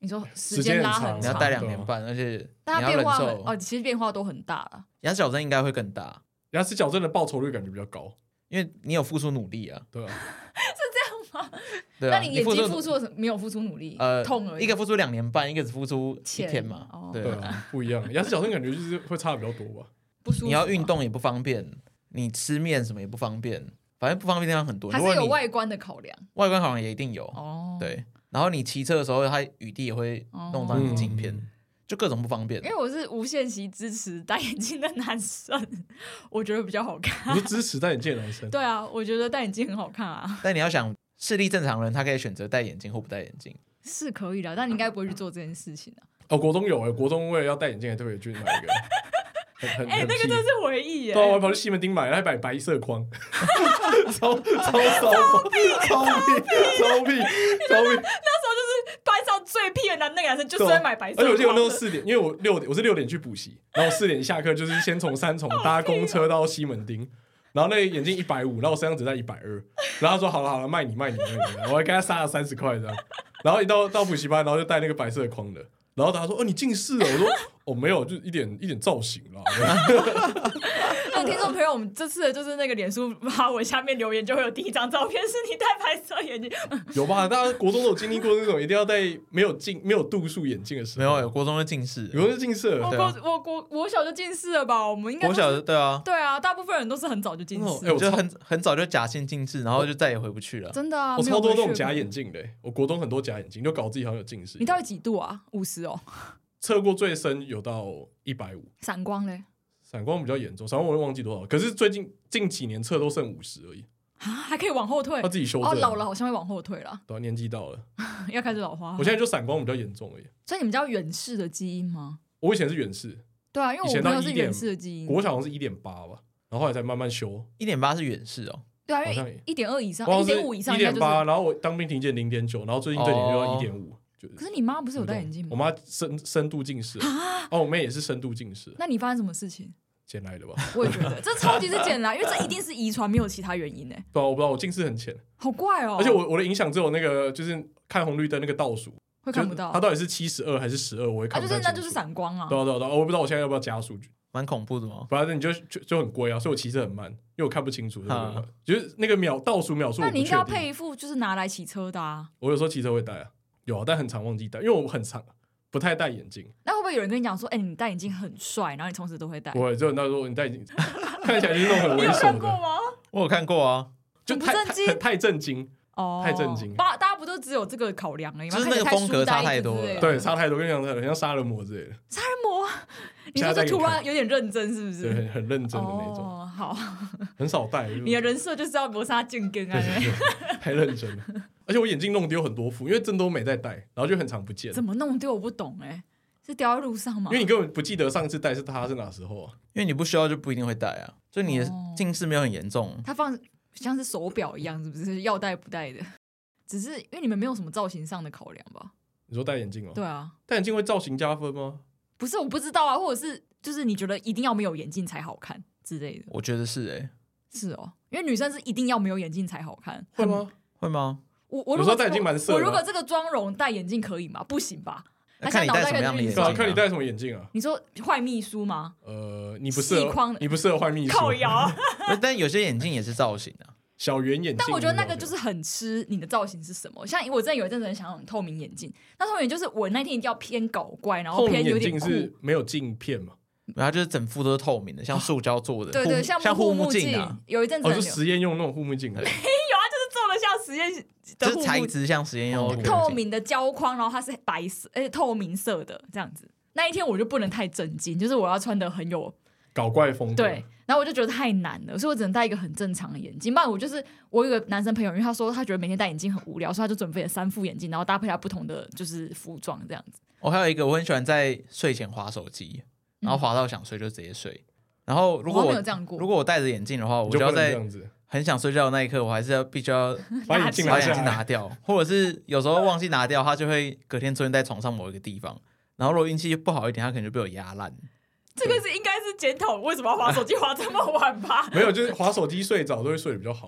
S3: 你说时间拉很长，
S1: 你要戴两年半，而且
S3: 但它变化很哦，其实变化都很大了。
S1: 牙齿矫正应该会更大，
S2: 牙齿矫正的报酬率感觉比较高，
S1: 因为你有付出努力啊。
S2: 对啊，
S3: 是这样吗？
S1: 对啊，
S3: 那你眼睛付出了什么？没有付出努力，呃，痛而已。
S1: 一个付出两年半，一个只付出一天嘛。
S3: 哦、
S1: 对
S2: 啊，不一样。牙齿矫正感觉就是会差的比较多吧。
S3: 不舒服、啊。
S1: 你要运动也不方便，你吃面什么也不方便，反正不方便地方很多。
S3: 还是有外观的考量，
S1: 外观考量也一定有。
S3: 哦，
S1: 对。然后你骑车的时候，它雨滴也会弄脏你的镜片，嗯、就各种不方便。
S3: 因为我是无限期支持戴眼镜的男生，我觉得比较好看。
S2: 你是支持戴眼镜的男生？
S3: 对啊，我觉得戴眼镜很好看啊。
S1: 但你要想，视力正常人他可以选择戴眼镜或不戴眼镜，
S3: 是可以的，但你应该不会去做这件事情啊。
S2: 哦，国中有哎、欸，国中为了要戴眼镜，还特别去买一个。哎、欸，
S3: 那个真的是回忆耶！
S2: 对啊，我跑去西门町买，还买白色框，超超超屁，超屁，超屁，超屁！
S3: 那时候就是班上最屁的男那个男生，就是在买白色框。
S2: 而且我记得我那时候四点，因为我六点我是六点去补习，然后四点下课就是先从三重搭公车到西门町，然后那个眼镜一百五，然后我身上只带一百二，然后他说好了好了，卖你卖你卖你，我还跟他杀了三十块这样，然后一到到补习班，然后就戴那个白色框的。然后他说：“哦，你近视了。”我说：“哦，没有，就一点一点造型啦。”
S3: 那听众朋友，我们这次的就是那个脸书发文下面留言，就会有第一张照片是你戴白色眼镜。
S2: 有吧？大家国中都有经历过那种一定要戴没有镜、没有度数眼镜的时候。
S1: 没有，有国中的近视，
S2: 国中是近视了。
S3: 我国、啊、我国我小就近视了吧？我们应该
S1: 国小对啊，
S3: 对啊，大部分人都是很早就近视，
S1: 哦欸、我就很很早就假性近视，然后就再也回不去了。
S3: 真的啊，
S2: 我超多那种假眼镜的、欸，我国中很多假眼镜，就搞自己好像有近视。
S3: 你到底几度啊？五十哦。
S2: 测过最深有到一百五，
S3: 散光嘞？
S2: 散光比较严重，散光我会忘记多少。可是最近近几年测都剩五十而已
S3: 啊，还可以往后退？
S2: 他自己修正。
S3: 哦，老了好像会往后退了，
S2: 对、啊，年纪到了，
S3: 要开始老花。
S2: 我现在就散光比较严重而已。
S3: 所以你们叫远视的基因吗？
S2: 我以前是远视，
S3: 对啊，因为我朋友是远视的基因，
S2: 国小好像是一点八吧，然后后来才慢慢修。
S1: 一点八是远视哦。
S3: 对啊，因为一点二以上，一点五以上
S2: 一点八，然后我当兵体检零点九，然后最近这几年又要一点五。
S3: 可是你妈不是有戴眼镜吗？
S2: 我妈深深度近视啊，哦，我妹也是深度近视。
S3: 那你发生什么事情？
S2: 捡来的吧？
S3: 我也觉得这超级是捡来，因为这一定是遗传，没有其他原因呢、欸。
S2: 对啊，我不知道，我近视很浅，
S3: 好怪哦。
S2: 而且我我的影响只有那个就是看红绿灯那个倒数
S3: 会看不到，
S2: 它到底是七十二还是十二，我会看不到、啊。
S3: 就是那就是散光啊。
S2: 对啊对啊对啊，我不知道我现在要不要加速，
S1: 蛮恐怖的嘛。
S2: 反正你就就就很龟啊，所以我骑车很慢，因为我看不清楚。就是那个秒倒数秒数，
S3: 那你应该要配一副就是拿来骑车的啊。
S2: 我有时候骑车会戴啊。有啊，但很常忘记戴，因为我很常不太戴眼镜。
S3: 那会不会有人跟你讲说，哎、欸，你戴眼镜很帅，然后你从此都会戴？
S2: 不会，只有那时候你戴眼镜，看起来就是那种很猥琐的。你有
S3: 看过吗？
S1: 我有看过啊，
S2: 就太太太震惊哦，太震惊。
S3: 大大家不都只有这个考量而已吗？
S1: 就是那个风格差太多了，
S2: 对，差太多，跟你讲，很像杀人魔之类的。
S3: 杀人魔？你说这突然有点认真，是不是？
S2: 对，很很认真的那种。
S3: 哦，好，
S2: 很少戴。
S3: 你的人设就是要磨砂镜根啊，
S2: 太认真了。而且我眼镜弄丢很多副，因为真都没在戴，然后就很常不见。
S3: 怎么弄丢我不懂哎、欸，是掉在路上吗？
S2: 因为你根本不记得上次戴是它是哪时候啊？
S1: 因为你不需要就不一定会戴啊，所以你的近视没有很严重。
S3: 它放像是手表一样，是不是要戴不戴的？只是因为你们没有什么造型上的考量吧？
S2: 你说戴眼镜吗？
S3: 对啊，
S2: 戴眼镜会造型加分吗？
S3: 不是，我不知道啊，或者是就是你觉得一定要没有眼镜才好看之类的？
S1: 我觉得是哎、欸，
S3: 是哦，因为女生是一定要没有眼镜才好看，
S2: 会吗？
S1: 会吗？
S3: 我我
S2: 有时候戴眼镜蛮色的。
S3: 我如果这个妆容戴眼镜可以吗？不行吧？
S1: 看你戴什么样的眼镜、啊？
S2: 看你戴什么眼镜啊？
S3: 你说坏秘书吗？
S2: 呃，你不适合，你不适合坏秘书。
S3: 靠腰。
S1: 但有些眼镜也是造型啊，
S2: 小圆眼镜。
S3: 但我觉得那个就是很吃你的造型是什么。像我之前有一阵子很想要透明眼镜，那透明就是我那天一定要偏搞怪，然后偏有点酷。
S2: 透明眼镜是没有镜片嘛？
S1: 然后就是整副都是透明的，像塑胶做的，
S3: 对对，像
S1: 护
S3: 目
S1: 镜啊。
S3: 有一阵子
S2: 哦，就实验用那种护目镜。
S3: 没有啊，就是做的像实验的护目镜，
S1: 就是材质像实验用的护目镜，
S3: 透明的胶框，然后它是白色，而且透明色的这样子。那一天我就不能太震惊，就是我要穿的很有
S2: 搞怪风格。
S3: 对，然后我就觉得太难了，所以我只能戴一个很正常的眼镜。不然我就是我有个男生朋友，因为他说他觉得每天戴眼镜很无聊，所以他就准备了三副眼镜，然后搭配他不同的就是服装这样子。
S1: 我还有一个，我很喜欢在睡前滑手机，然后滑到想睡就直接睡。然后如果 我,
S3: 我没有这样过，
S1: 如果我戴着眼镜的话，我就要在很想睡觉的那一刻，我还是要必须要
S2: 把眼镜
S1: 拿掉，或者是有时候忘记拿掉，他就会隔天出现在床上某一个地方。然后如果运气不好一点，他可能就被我压烂。
S3: 这个是应该是检讨为什么要滑手机滑这么晚吧？
S2: 没有，就是滑手机睡着都会睡得比较好啊。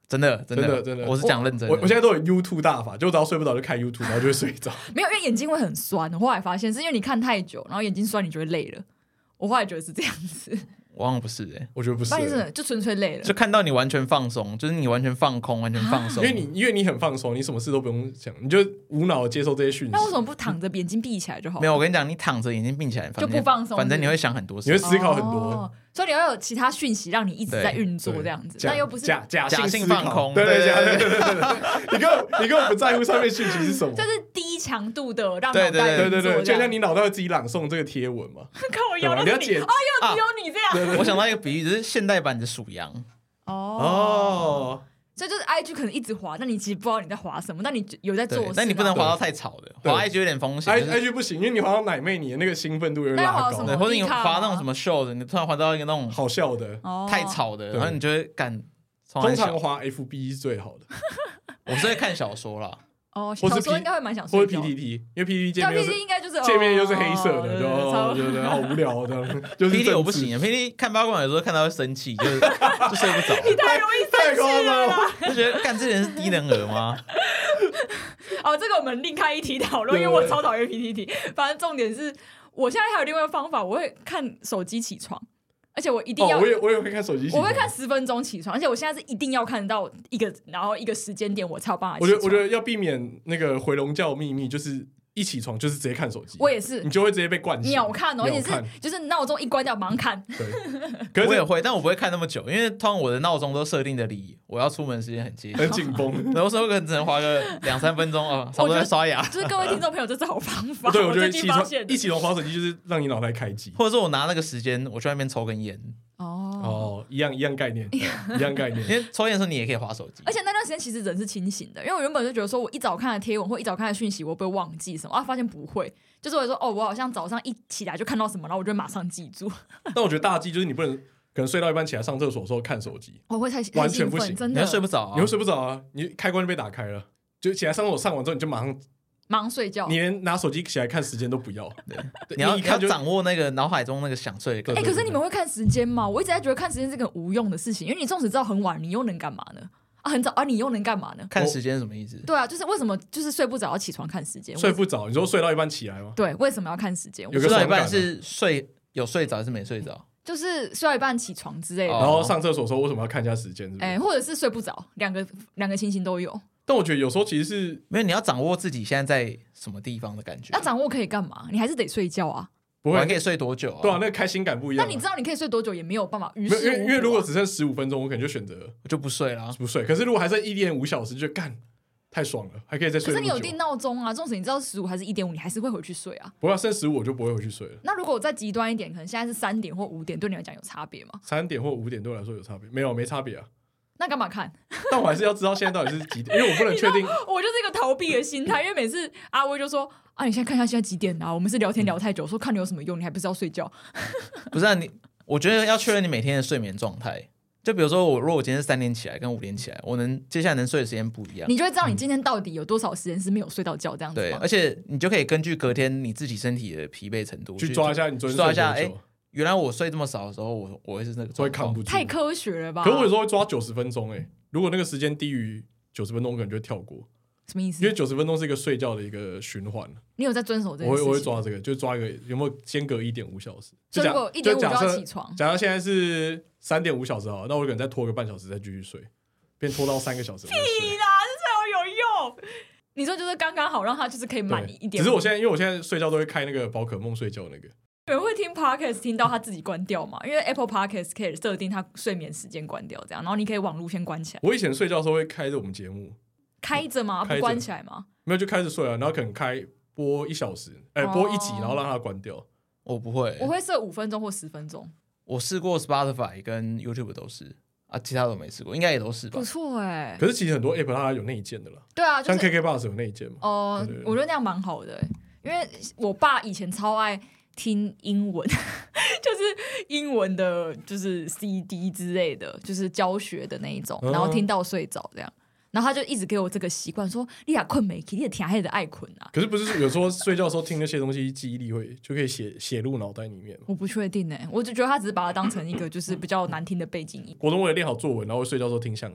S1: 真的真的
S2: 真的，
S1: 我是讲认真的。
S2: 我我现在都有 YouTube 大法，就只要睡不着就看 YouTube， 然后就会睡着。
S3: 没有，因为眼睛会很酸。我后来发现是因为你看太久，然后眼睛酸，你就会累了。我后来觉得是这样子。
S1: 我好像不是哎、欸，
S2: 我觉得不是、欸，
S3: 是就纯粹累了，
S1: 就看到你完全放松，就是你完全放空，完全放松，
S2: 因为你因为你很放松，你什么事都不用想，你就无脑的接受这些讯息。
S3: 那为什么不躺着眼睛闭起来就好？
S1: 没有，我跟你讲，你躺着眼睛闭起来，
S3: 就不放松，
S1: 反正你会想很多事，
S2: 你会思考很多。
S3: 哦，所以你要有其他讯息让你一直在运作这样子，那又不是
S2: 假假
S1: 假性放空，
S2: 对对对对对对，你根本你根本不在乎上面讯息是什么，
S3: 就是低强度的让脑
S1: 袋
S2: 对对对，就像你脑袋会自己朗诵这个贴文嘛，
S3: 看我摇
S2: 你要解
S3: 哦，又只有你这样。
S1: 对对，我想到一个比喻，就是现代版的数羊。
S3: 哦。所以就是 I G 可能一直滑，但你其实不知道你在滑什么，但你有在做事。
S1: 但你不能滑到太吵的，滑 I G 有点风险。
S2: I G 不行，因为你滑到奶妹，你的那个兴奋度有点拉高，
S1: 对，或者你滑那种什么秀的，你突然滑到一个那种
S2: 好笑的、
S1: 太吵的，然后你就会干。
S2: 通常滑 F B 是最好的。
S1: 我是会看小说啦。
S3: 哦，小说应该会蛮想睡
S2: 或者 P T T， 因为 P T T 界面
S3: 应该就是
S2: 界面又是黑色的，就对对，好无聊的。就是
S1: P T T 我不行 ，P T T 看八卦有时候看到会生气，就就睡不着。
S3: 你太容易生气了啦，
S1: 就觉得干这人是低能儿吗？
S3: 哦，这个我们另开一题讨论，因为我超讨厌 P T T。反正重点是我现在还有另外一个方法，我会看手机起床。而且我一定要，
S2: 哦、我也我也会看手机起床，
S3: 我会看十分钟起床，而且我现在是一定要看到一个，然后一个时间点我才有办法起床。
S2: 我觉得我觉得要避免那个回笼觉秘密，就是一起床就是直接看手机。
S3: 我也是，
S2: 你就会直接被灌醒，
S3: 秒看哦，而且是就是闹钟一关掉马上看。
S2: 对，可是
S1: 我也会，但我不会看那么久，因为通常我的闹钟都设定的离我要出门时间很接近，
S2: 很紧绷，
S1: 有时候可能只能花个两三分钟啊，差不多在刷牙。
S3: 就是各位听众朋友，这是好方法。
S2: 对，我觉得
S3: 起床
S2: 一起床滑手机就是让你脑袋开机，
S1: 或者说我拿那个时间我去外面抽根烟。
S3: 哦
S2: 哦，一样一样概念，一样概念。
S1: 因为抽烟的时候你也可以滑手机，
S3: 而且那段时间其实人是清醒的，因为我原本就觉得说我一早看的贴文或一早看的讯息，我会不会忘记什么啊？发现不会，就是我说哦，我好像早上一起来就看到什么，然后我就马上记住。
S2: 但我觉得大忌就是你不能可能睡到一半起来上厕所的时候看手机，
S3: 我会太
S2: 完全不行，
S3: 真的
S1: 你会睡不着、啊，
S2: 你会睡不着啊，你开关就被打开了，就起来上厕所上完之后你就马上。
S3: 马上睡觉，
S2: 你连拿手机起来看时间都不要。
S1: 对，你要
S2: 你一看就
S1: 掌握那个脑海中那个想睡的感
S3: 觉。哎、欸，可是你们会看时间吗？我一直在觉得看时间是个无用的事情，因为你纵使知道很晚，你又能干嘛呢？啊，很早啊，你又能干嘛呢？
S1: 看时间是什么意思？
S3: 对啊，就是为什么就是睡不着要起床看时间？
S2: 睡不着，你说睡到一半起来吗？
S3: 对，为什么要看时间？
S2: 有个
S1: 睡到一半是睡有睡着还是没睡着？
S3: 就是睡到一半起床之类的，
S2: 然后上厕所的时候为什么要看一下时间？
S3: 哎、欸，或者是睡不着，两个两个情形都有。
S2: 但我觉得有时候其实是
S1: 没有，你要掌握自己现在在什么地方的感觉。
S3: 要掌握可以干嘛？你还是得睡觉啊。
S2: 不会，
S1: 还可以睡多久啊？
S2: 对啊，那个开心感不一样、啊。
S3: 那你知道你可以睡多久，也没有办法于事无补、啊。
S2: 因为因为如果只剩十五分钟，我可能就选择
S1: 我就不睡了，
S2: 不睡。可是如果还剩一点五小时，就干太爽了，还可以再睡。
S3: 可是你有定闹钟啊，纵使你知道十五还是一点五，你还是会回去睡啊。
S2: 不要剩十五，我就不会回去睡了。
S3: 那如果我再极端一点，可能现在是三点或五点，对你来讲有差别吗？
S2: 三点或五点对我来说有差别？没有，没差别啊。
S3: 那干嘛看？
S2: 但我还是要知道现在到底是几点，因为我不能确定。
S3: 我就是一个逃避的心态，因为每次阿威就说：“啊，你现在看一下现在几点啊？我们是聊天聊太久，说看你有什么用，你还不是要睡觉？”
S1: 不是啊，你我觉得要确认你每天的睡眠状态。就比如说我，如果我今天是三点起来跟五点起来，我能接下来能睡的时间不一样，
S3: 你就会知道你今天到底有多少时间是没有睡到觉这样子。
S1: 对，而且你就可以根据隔天你自己身体的疲惫程度
S2: 去抓一下你昨天
S1: 抓一下，哎、欸，原来我睡这么少的时候，我我会是那个
S2: 会扛不住，
S3: 太科学了吧？
S2: 可是我有时候会抓九十分钟，哎，如果那个时间低于九十分钟，我可能就会跳过。
S3: 什么意思？
S2: 因为九十分钟是一个睡觉的一个循环。
S3: 你有在遵守这个？
S2: 我会我会抓这个，就抓一个有没有间隔一点五小时。
S3: 所以如果一点五就要起床，
S2: 假如现在是三点五小时好，那我可能再拖个半小时再继续睡，变拖到三个小时。
S3: 屁啦，这最好有用。你说就是刚刚好，让他就是可以满一点。
S2: 只是我现在因为我现在睡觉都会开那个宝可梦睡觉那个。
S3: 有人会听 podcast 听到他自己关掉嘛？因为 Apple Podcast 可以设定他睡眠时间关掉，这样，然后你可以网路先关起来。
S2: 我以前睡觉的时候会开着我们节目，
S3: 开着吗？不关起来吗？
S2: 没有，就开始睡了，然后可能开播一小时，哎、欸，播一集，然后让它关掉。
S1: 我不会、欸，
S3: 我会设五分钟或十分钟。
S1: 我试过 Spotify 跟 YouTube 都是啊，其他都没试过，应该也都是吧？
S3: 不错哎、欸。
S2: 可是其实很多 App 它有内建的啦。
S3: 对啊，就是、
S2: 像 K K Bus 有内建嘛。
S3: 哦、呃，我觉得那样蛮好的、欸，因为我爸以前超爱听英文，就是英文的，就是 C D 之类的，就是教学的那一种，然后听到睡着这样。然后他就一直给我这个习惯，说你俩困没起，你也挺黑的爱困啊。
S2: 可是不是有时候睡觉的时候听那些东西，记忆力会就可以写写入脑袋里面吗？
S3: 我不确定哎、欸，我就觉得他只是把它当成一个就是比较难听的背景音。
S2: 国中为了练好作文，然后睡觉的时候听相声。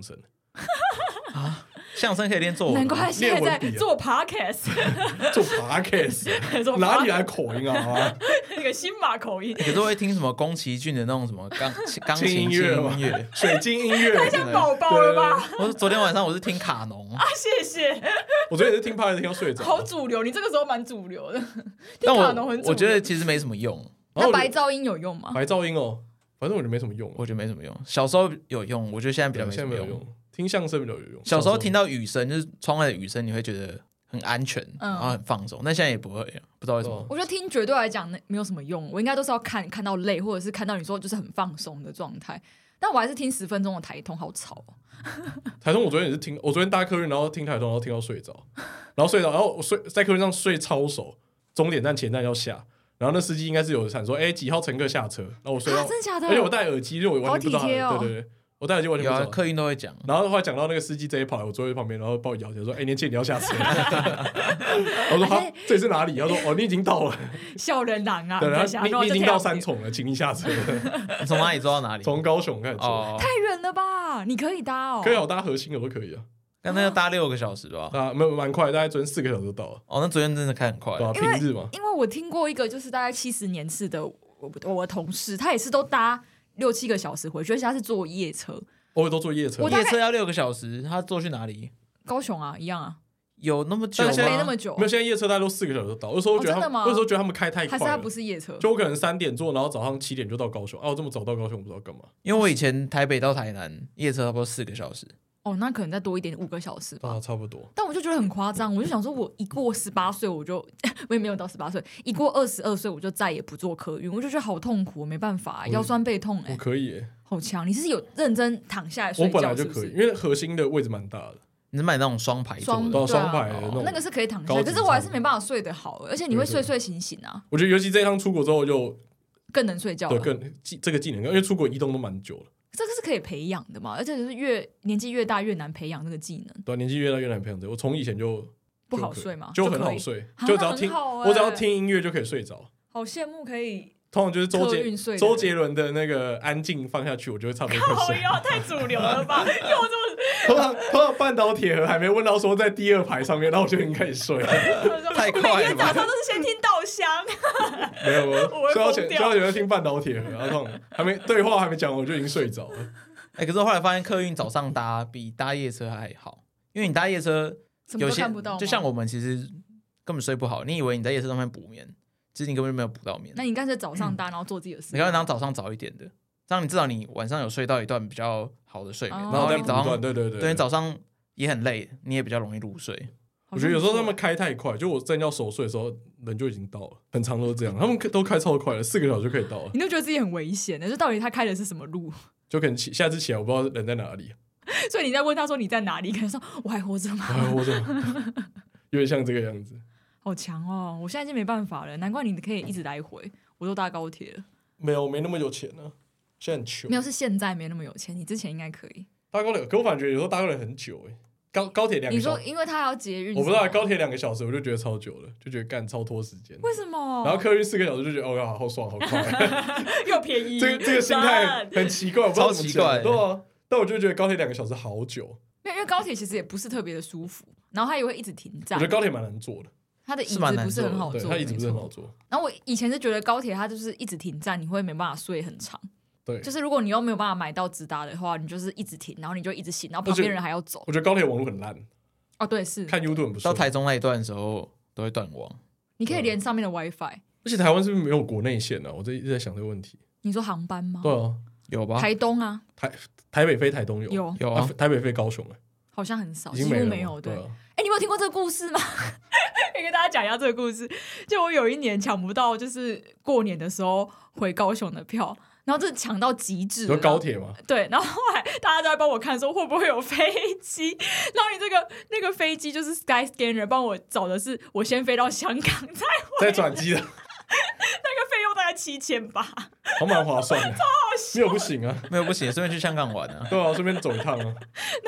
S1: 啊，相声可以练作文，
S3: 难怪现在在做 podcast，
S2: 做 podcast， 哪里来口音啊？
S3: 那个新马口音。
S1: 可是会听什么宫崎骏的那种什么钢钢琴
S2: 音乐、
S1: 音乐、
S2: 水晶音乐，
S3: 太像宝宝了吧？
S1: 我昨天晚上我是听卡农
S3: 啊，谢谢。
S2: 我昨天也是听 podcast 听到睡着，
S3: 好主流，你这个时候蛮主流的。听卡农很主流，
S1: 我觉得其实没什么用。
S3: 那白噪音有用吗？
S2: 白噪音哦，反正我觉得没什么用，
S1: 我觉得没什么用。小时候有用，我觉得现在比较没什么用。
S2: 听相声比较有用。
S1: 小时候听到雨声，就是窗外的雨声，你会觉得很安全，嗯、然后很放松。但现在也不会，不知道为什么。
S3: 我觉得听绝对来讲没有什么用，我应该都是要看看到累，或者是看到你说就是很放松的状态。但我还是听十分钟的台通，好吵哦。
S2: 台通我昨天也是听，我昨天搭客运，然后听台通，然后听到睡着，然后睡着，然后我睡在客运上睡超熟，终点站前站要下。然后那司机应该是有喊说，哎、欸，几号乘客下车？然后我睡到，
S3: 啊、真的假的？
S2: 而且我戴耳机，因为我完全不知道。
S3: 哦、
S2: 对对对，我戴耳机完全不知道。
S1: 有啊，客运都会讲。
S2: 然后后来讲到那个司机直接跑来我座位旁边，然后帮我摇起来说，哎、欸，年轻人你要下车。我说好，这里是哪里？他说哦，你已经到了。
S3: 笑人郎啊！
S2: 对，然后你你已经到三重了，请你下车。
S1: 你从哪里坐到哪里？
S2: 从高雄开始坐。
S1: 哦、
S3: 太远了吧？你可以搭哦。
S2: 可以，我搭核心的都可以啊。
S1: 刚才要搭六个小时吧？
S2: 啊，没有蛮快，大概昨天四个小时就到了。
S1: 哦，那昨天真的开很快，
S2: 对啊，平日嘛。
S3: 因为我听过一个，就是大概七十年次的我我的同事，他也是都搭六七个小时回去，而且他是坐夜车。
S2: 我也都坐夜车，
S1: 夜车要六个小时，他坐去哪里？
S3: 高雄啊，一样啊。
S1: 有那么久吗？
S3: 没那么久。
S2: 没有，现在夜车大概都四个小时就到。有时候觉得他们，有时候觉得他们开太快了。
S3: 还是他不是夜车？
S2: 就我可能三点坐，然后早上七点就到高雄。啊，我这么早到高雄，我不知道干嘛。
S1: 因为我以前台北到台南夜车差不多四个小时。
S3: 哦，那可能再多一点，五个小时吧。
S2: 啊，差不多。
S3: 但我就觉得很夸张，我就想说，我一过十八岁，我就我也没有到十八岁，一过二十二岁，我就再也不坐客运，我就觉得好痛苦，我没办法，腰酸背痛、欸。
S2: 我可以耶、欸，
S3: 好强！你是有认真躺下来睡觉？
S2: 我本来就可以，因为核心的位置蛮大的。
S1: 你是买那种双排座
S3: 的，
S2: 双排的那种，
S3: 那个是可以躺下来，可是我还是没办法睡得好，而且你会睡睡醒醒啊。
S2: 我觉得尤其这一趟出国之后就
S3: 更能睡觉了，
S2: 对，更这个技能，因为出国移动都蛮久了。
S3: 这个是可以培养的嘛？而且就是越年纪越大越难培养这个技能。
S2: 对，年纪越大越难培养这个。我从以前就
S3: 不好睡嘛，
S2: 就很好睡，就只要听、欸、我只要听音乐就可以睡着。
S3: 好羡慕可以。
S2: 通常就是周杰周杰伦的那个《安静》放下去，我就会差不多快睡。
S3: 靠，太主流了吧？有这么
S2: 通常通常半岛铁盒还没问到说在第二排上面，然后我就已经开始睡了。
S1: 太快了！
S3: 每天早上都是先听稻香。
S2: 没有没有，睡到前睡到前就听半岛铁盒，然后还没对话还没讲，我就已经睡着了。
S1: 哎、欸，可是我后来发现客运早上搭比搭夜车还好，因为你搭夜车有些就像我们其实根本睡不好，你以为你在夜车上面补眠，其实你根本就没有补到眠。
S3: 那你干脆早上搭，然后做自己的事。
S1: 你干脆当早上早一点的，这样你至少你晚上有睡到一段比较好的睡眠，
S3: 哦、
S1: 然后你早上
S2: 对对对，
S1: 对你早上也很累，你也比较容易入睡。
S2: 我觉得有时候他们开太快，就我真要熟睡的时候，人就已经到了，很常都是这样。他们都开超快了，四个小时就可以到了。
S3: 你就觉得自己很危险的，就到底他开的是什么路？
S2: 就可能起下次起来，我不知道人在哪里。
S3: 所以你在问他说你在哪里，可能说我还活着吗？
S2: 我还活着，有点像这个样子。
S3: 好强哦！我现在已经没办法了，难怪你可以一直来回，我都搭高铁了。
S2: 没有，没那么有钱呢、啊，现在很穷。
S3: 没有，是现在没那么有钱，你之前应该可以
S2: 搭高铁。可我感觉有时候搭高铁很久哎、欸。高高铁两个小时，
S3: 你说因为他要捷运，
S2: 我不知道高铁两个小时，我就觉得超久了，就觉得干超拖时间。
S3: 为什么？
S2: 然后客运四个小时就觉得哦呀，好爽，好快，
S3: 又便宜。
S2: 这个这个心态很奇怪，我不知道怎么讲。
S1: 超奇怪，
S2: 对啊。但我就觉得高铁两个小时好久。
S3: 因为高铁其实也不是特别的舒服，然后它也会一直停站。
S2: 我觉得高铁蛮难坐的，
S3: 它的椅子不是很好坐，
S2: 它椅子不是很好坐。
S3: 然后我以前是觉得高铁它就是一直停站，你会没办法睡很长。
S2: 对，
S3: 就是如果你又没有办法买到直达的话，你就是一直停，然后你就一直醒，然后旁边人还要走。
S2: 我觉得高铁网络很烂。
S3: 哦，对，是
S2: 看 YouTube 很不
S1: 到台中那一段的时候都会断网。
S3: 你可以连上面的 WiFi，
S2: 而且台湾是不是没有国内线啊？我这一直在想这个问题。
S3: 你说航班吗？
S2: 对啊，
S1: 有吧？
S3: 台东啊，
S2: 台台北飞台东有
S3: 有
S1: 有啊，
S2: 台北飞高雄哎、欸，
S3: 好像很少，
S2: 几
S3: 乎没有。对，哎、啊欸，你有没有听过这个故事吗？可以跟大家讲一下这个故事。就我有一年抢不到，就是过年的时候回高雄的票。然后这抢到极致，
S2: 有高铁吗？
S3: 对，然后后来大家都在帮我看说会不会有飞机，然后你这个那个飞机就是 Skyscanner 帮我找的是我先飞到香港再回
S2: 再转机的，那
S3: 个费用大概七千八，
S2: 好蛮划算的，
S3: 超好笑，
S2: 没有不行啊，
S1: 没有不行，顺便去香港玩啊，
S2: 对啊，顺便走一趟啊。
S3: 然后后来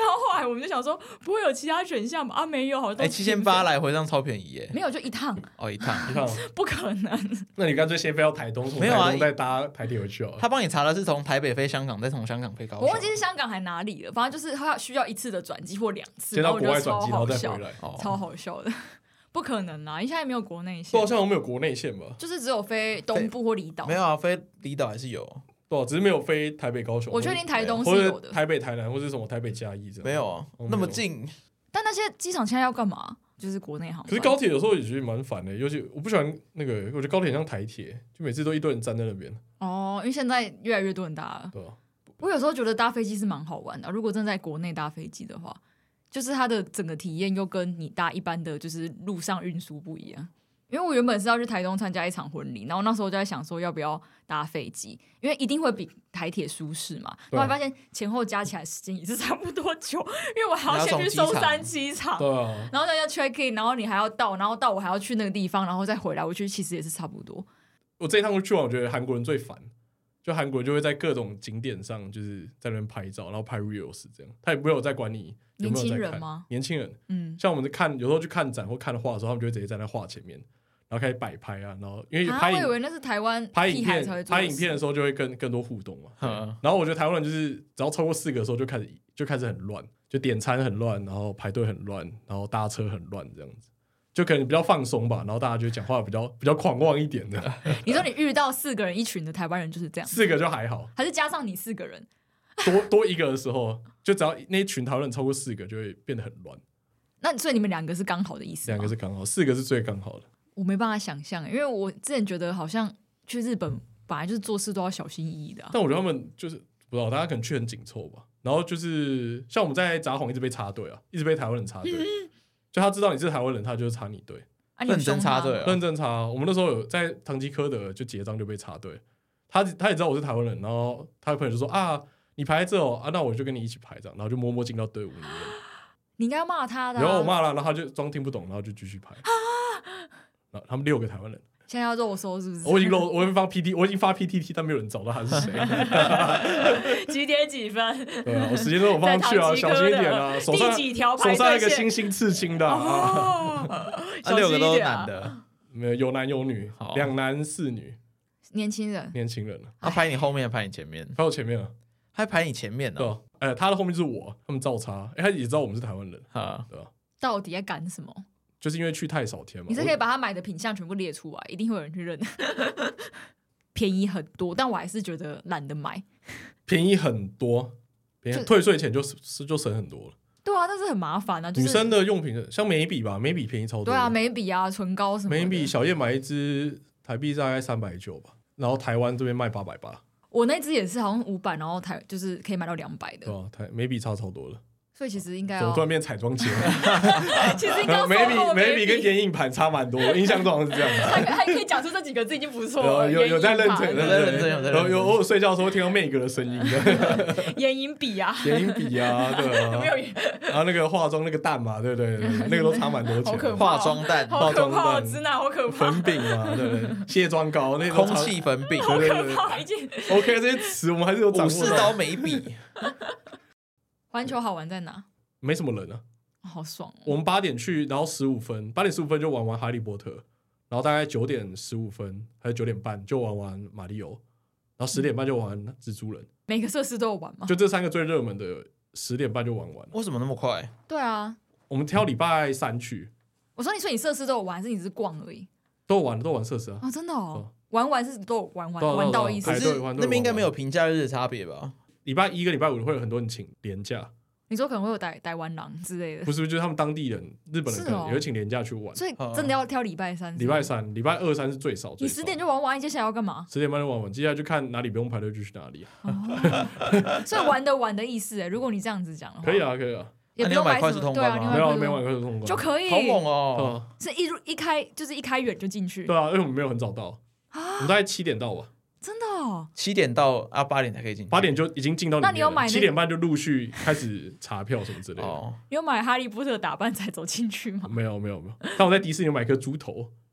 S3: 来，我们就想说不会有其他选项吧？啊，没有，好像
S1: 哎，七千八来回上超便宜耶，
S3: 没有就一趟
S1: 哦，一趟
S2: 一趟
S3: 不可能。
S2: 那你干脆先飞到台东，从
S1: 没有啊
S2: 台东再搭台铁回去哦。
S1: 他帮你查的是从台北飞香港，再从香港飞高雄。
S3: 我忘记是香港还哪里了，反正就是他需要一次的转机或两次，
S2: 先到国外转机，
S3: 然后再
S2: 回来，
S3: 超好笑的。不可能啊！现在没有国内线，
S2: 不好像没有国内线吧？
S3: 就是只有飞东部或离岛。
S1: 没有啊，飞离岛还是有，
S2: 对，只是没有飞台北、高雄。
S3: 我确定台东是有的，
S2: 台北、台南或者什么台北嘉义这样。
S1: 没有啊，那么近。
S3: 但那些机场现在要干嘛？就是国内航班。
S2: 可是高铁有时候也觉得蛮烦的，尤其我不喜欢那个，我觉得高铁像台铁，就每次都一堆人站在那边。
S3: 哦，因为现在越来越多人搭了。
S2: 对啊。
S3: 我有时候觉得搭飞机是蛮好玩的，如果真的在国内搭飞机的话。就是它的整个体验又跟你搭一般的就是路上运输不一样，因为我原本是要去台东参加一场婚礼，然后那时候就在想说要不要搭飞机，因为一定会比台铁舒适嘛。然后发现前后加起来时间也是差不多久，因为我还要先去松山机场，
S2: 对啊，
S3: 然后再要 check in， 然后你还要到，然后到我还要去那个地方，然后再回来，我觉得其实也是差不多。
S2: 我这一趟去完，我觉得韩国人最烦。就韩国人就会在各种景点上，就是在那边拍照，然后拍 reels 这样，他也没有在管你有没有在看。年轻人吗？年轻人，嗯，像我们看有时候去看展或看画的时候，他们就会直接在那画前面，然后开始摆拍啊，然后因为拍影，
S3: 啊、我以为那是台湾
S2: 拍影片，拍影片的时候就会更更多互动嘛。然后我觉得台湾人就是只要超过四个的时候就开始就开始很乱，就点餐很乱，然后排队很乱，然后搭车很乱这样子。就可能比较放松吧，然后大家就讲话比较比较狂妄一点的。
S3: 你说你遇到四个人一群的台湾人就是这样，
S2: 四个就还好，
S3: 还是加上你四个人，
S2: 多多一个的时候，就只要那一群台湾人超过四个，就会变得很乱。
S3: 那所以你们两个是刚好的意思吗？
S2: 两个是刚好，四个是最刚好的。
S3: 我没办法想象，因为我之前觉得好像去日本本来就是做事都要小心翼翼的、啊，
S2: 但我觉得他们就是不知道，大家可能去很紧凑吧。然后就是像我们在札幌一直被插队啊，一直被台湾人插队。嗯就他知道你是台湾人，他就是插你队，
S3: 啊、
S1: 认真插队、啊，
S2: 认真插。我们那时候有在唐吉诃德就结账就被插队，他他也知道我是台湾人，然后他的朋友就说啊，你排在这哦，啊，那我就跟你一起排这样，然后就默默进到队伍里面。
S3: 你应该要骂他的、啊，
S2: 然后我骂了，然后他就装听不懂，然后就继续排。然后他们六个台湾人。
S3: 现在要肉搜是不是？
S2: 我已经漏，我已经发 P T， 我已经发 P T T， 但没有人找到他是谁。
S3: 几点几分？
S2: 对啊，我时间都有放上去啊，小心一点啊！手上
S3: 第几条排队线？
S2: 手上一个星星刺青的啊，
S3: 哦、
S1: 啊六个都是男的，
S2: 没有有男有女，两男四女，
S3: 年轻人，
S2: 年轻人。
S1: 他排你后面，排你前面，
S2: 排我前面啊，
S1: 他排你前面
S2: 呢、啊。对，哎，他的后面就是我，他们照插，哎，他也知道我们是台湾人啊，对吧？
S3: 到底在赶什么？
S2: 就是因为去太少天嘛，
S3: 你是可以把他买的品项全部列出来，一定会有人去认。便宜很多，但我还是觉得懒得买。
S2: 便宜很多，便宜退税前就就省很多了。
S3: 对啊，但是很麻烦啊、就是。
S2: 女生的用品像眉笔吧，眉笔便宜超多。
S3: 对啊，眉笔啊，唇膏什么的。
S2: 眉笔小叶买一支台币大概三百九吧，然后台湾这边卖八百八。
S3: 我那支也是好像五百，然后台就是可以买到两百的。
S2: 对啊，台眉笔差超多了。
S3: 所以其实应该要，
S2: 怎么突然变彩妆节目？
S3: 其实应该
S2: 眉笔眉笔跟眼影盘差蛮多，印象中好像是这样的。
S3: 还可以讲出这几个字已经不错了。
S2: 有有在认真，
S1: 有在认真，有在认真。
S2: 有我有睡觉的时候听到妹哥的声音的。
S3: 眼影笔啊，
S2: 眼影笔啊，对啊。
S3: 没有。
S2: 然后那个化妆那个蛋嘛，对对对，那个都差蛮多钱。
S3: 好可怕。
S1: 化妆蛋，
S3: 化妆蛋，直男好可怕。
S2: 粉饼嘛，对对，卸妆膏那
S1: 空气粉饼，
S3: 好可怕一件。
S2: OK， 这些词我们还是有掌握。
S1: 武士刀眉笔。
S3: 环球好玩在哪？
S2: 没什么人啊，
S3: 好爽哦！
S2: 我们八点去，然后十五分，八点十五分就玩完哈利波特，然后大概九点十五分还是九点半就玩完马里奥，然后十点半就玩完蜘蛛人。
S3: 每个设施都有玩吗？
S2: 就这三个最热门的，十点半就玩完。
S1: 为什么那么快？
S3: 对啊，
S2: 我们挑礼拜三去。
S3: 我说你说你设施都有玩，还是你只是逛而已？
S2: 都有玩，都有玩设施啊！
S3: 哦，真的哦，玩完是都有玩完
S2: 玩
S3: 到意思。
S1: 可是那边应该没有平假日的差别吧？
S2: 礼拜一跟礼拜五会有很多人请连假。
S3: 你说可能会有台台湾狼之类的，
S2: 不是，就是他们当地人、日本人可能也会请连假去玩，
S3: 所以真的要挑礼拜三。
S2: 礼拜三、礼拜二、三是最少。
S3: 你十点就玩完，接下来要干嘛？
S2: 十点半就玩完，接下来就看哪里不用排队就去哪里。
S3: 所以玩的玩的意思哎，如果你这样子讲的话，
S2: 可以啊，可以啊。
S1: 也不用买快速通关吗？
S2: 没有，没有买快速通关
S3: 就可以，
S1: 好猛哦！
S3: 是一入一开就是一开远就进去。
S2: 对啊，因为我们没有很早到，我们大概七点到吧。
S3: 真的哦，
S1: 七点到啊，八点才可以进去，
S2: 八点就已经进到里面了。
S3: 那你有买？
S2: 七点半就陆续开始查票什么之类的。
S1: 哦，
S3: 你有买哈利波特打扮才走进去吗？
S2: 没有，没有，没有。但我在迪士尼有买颗猪头，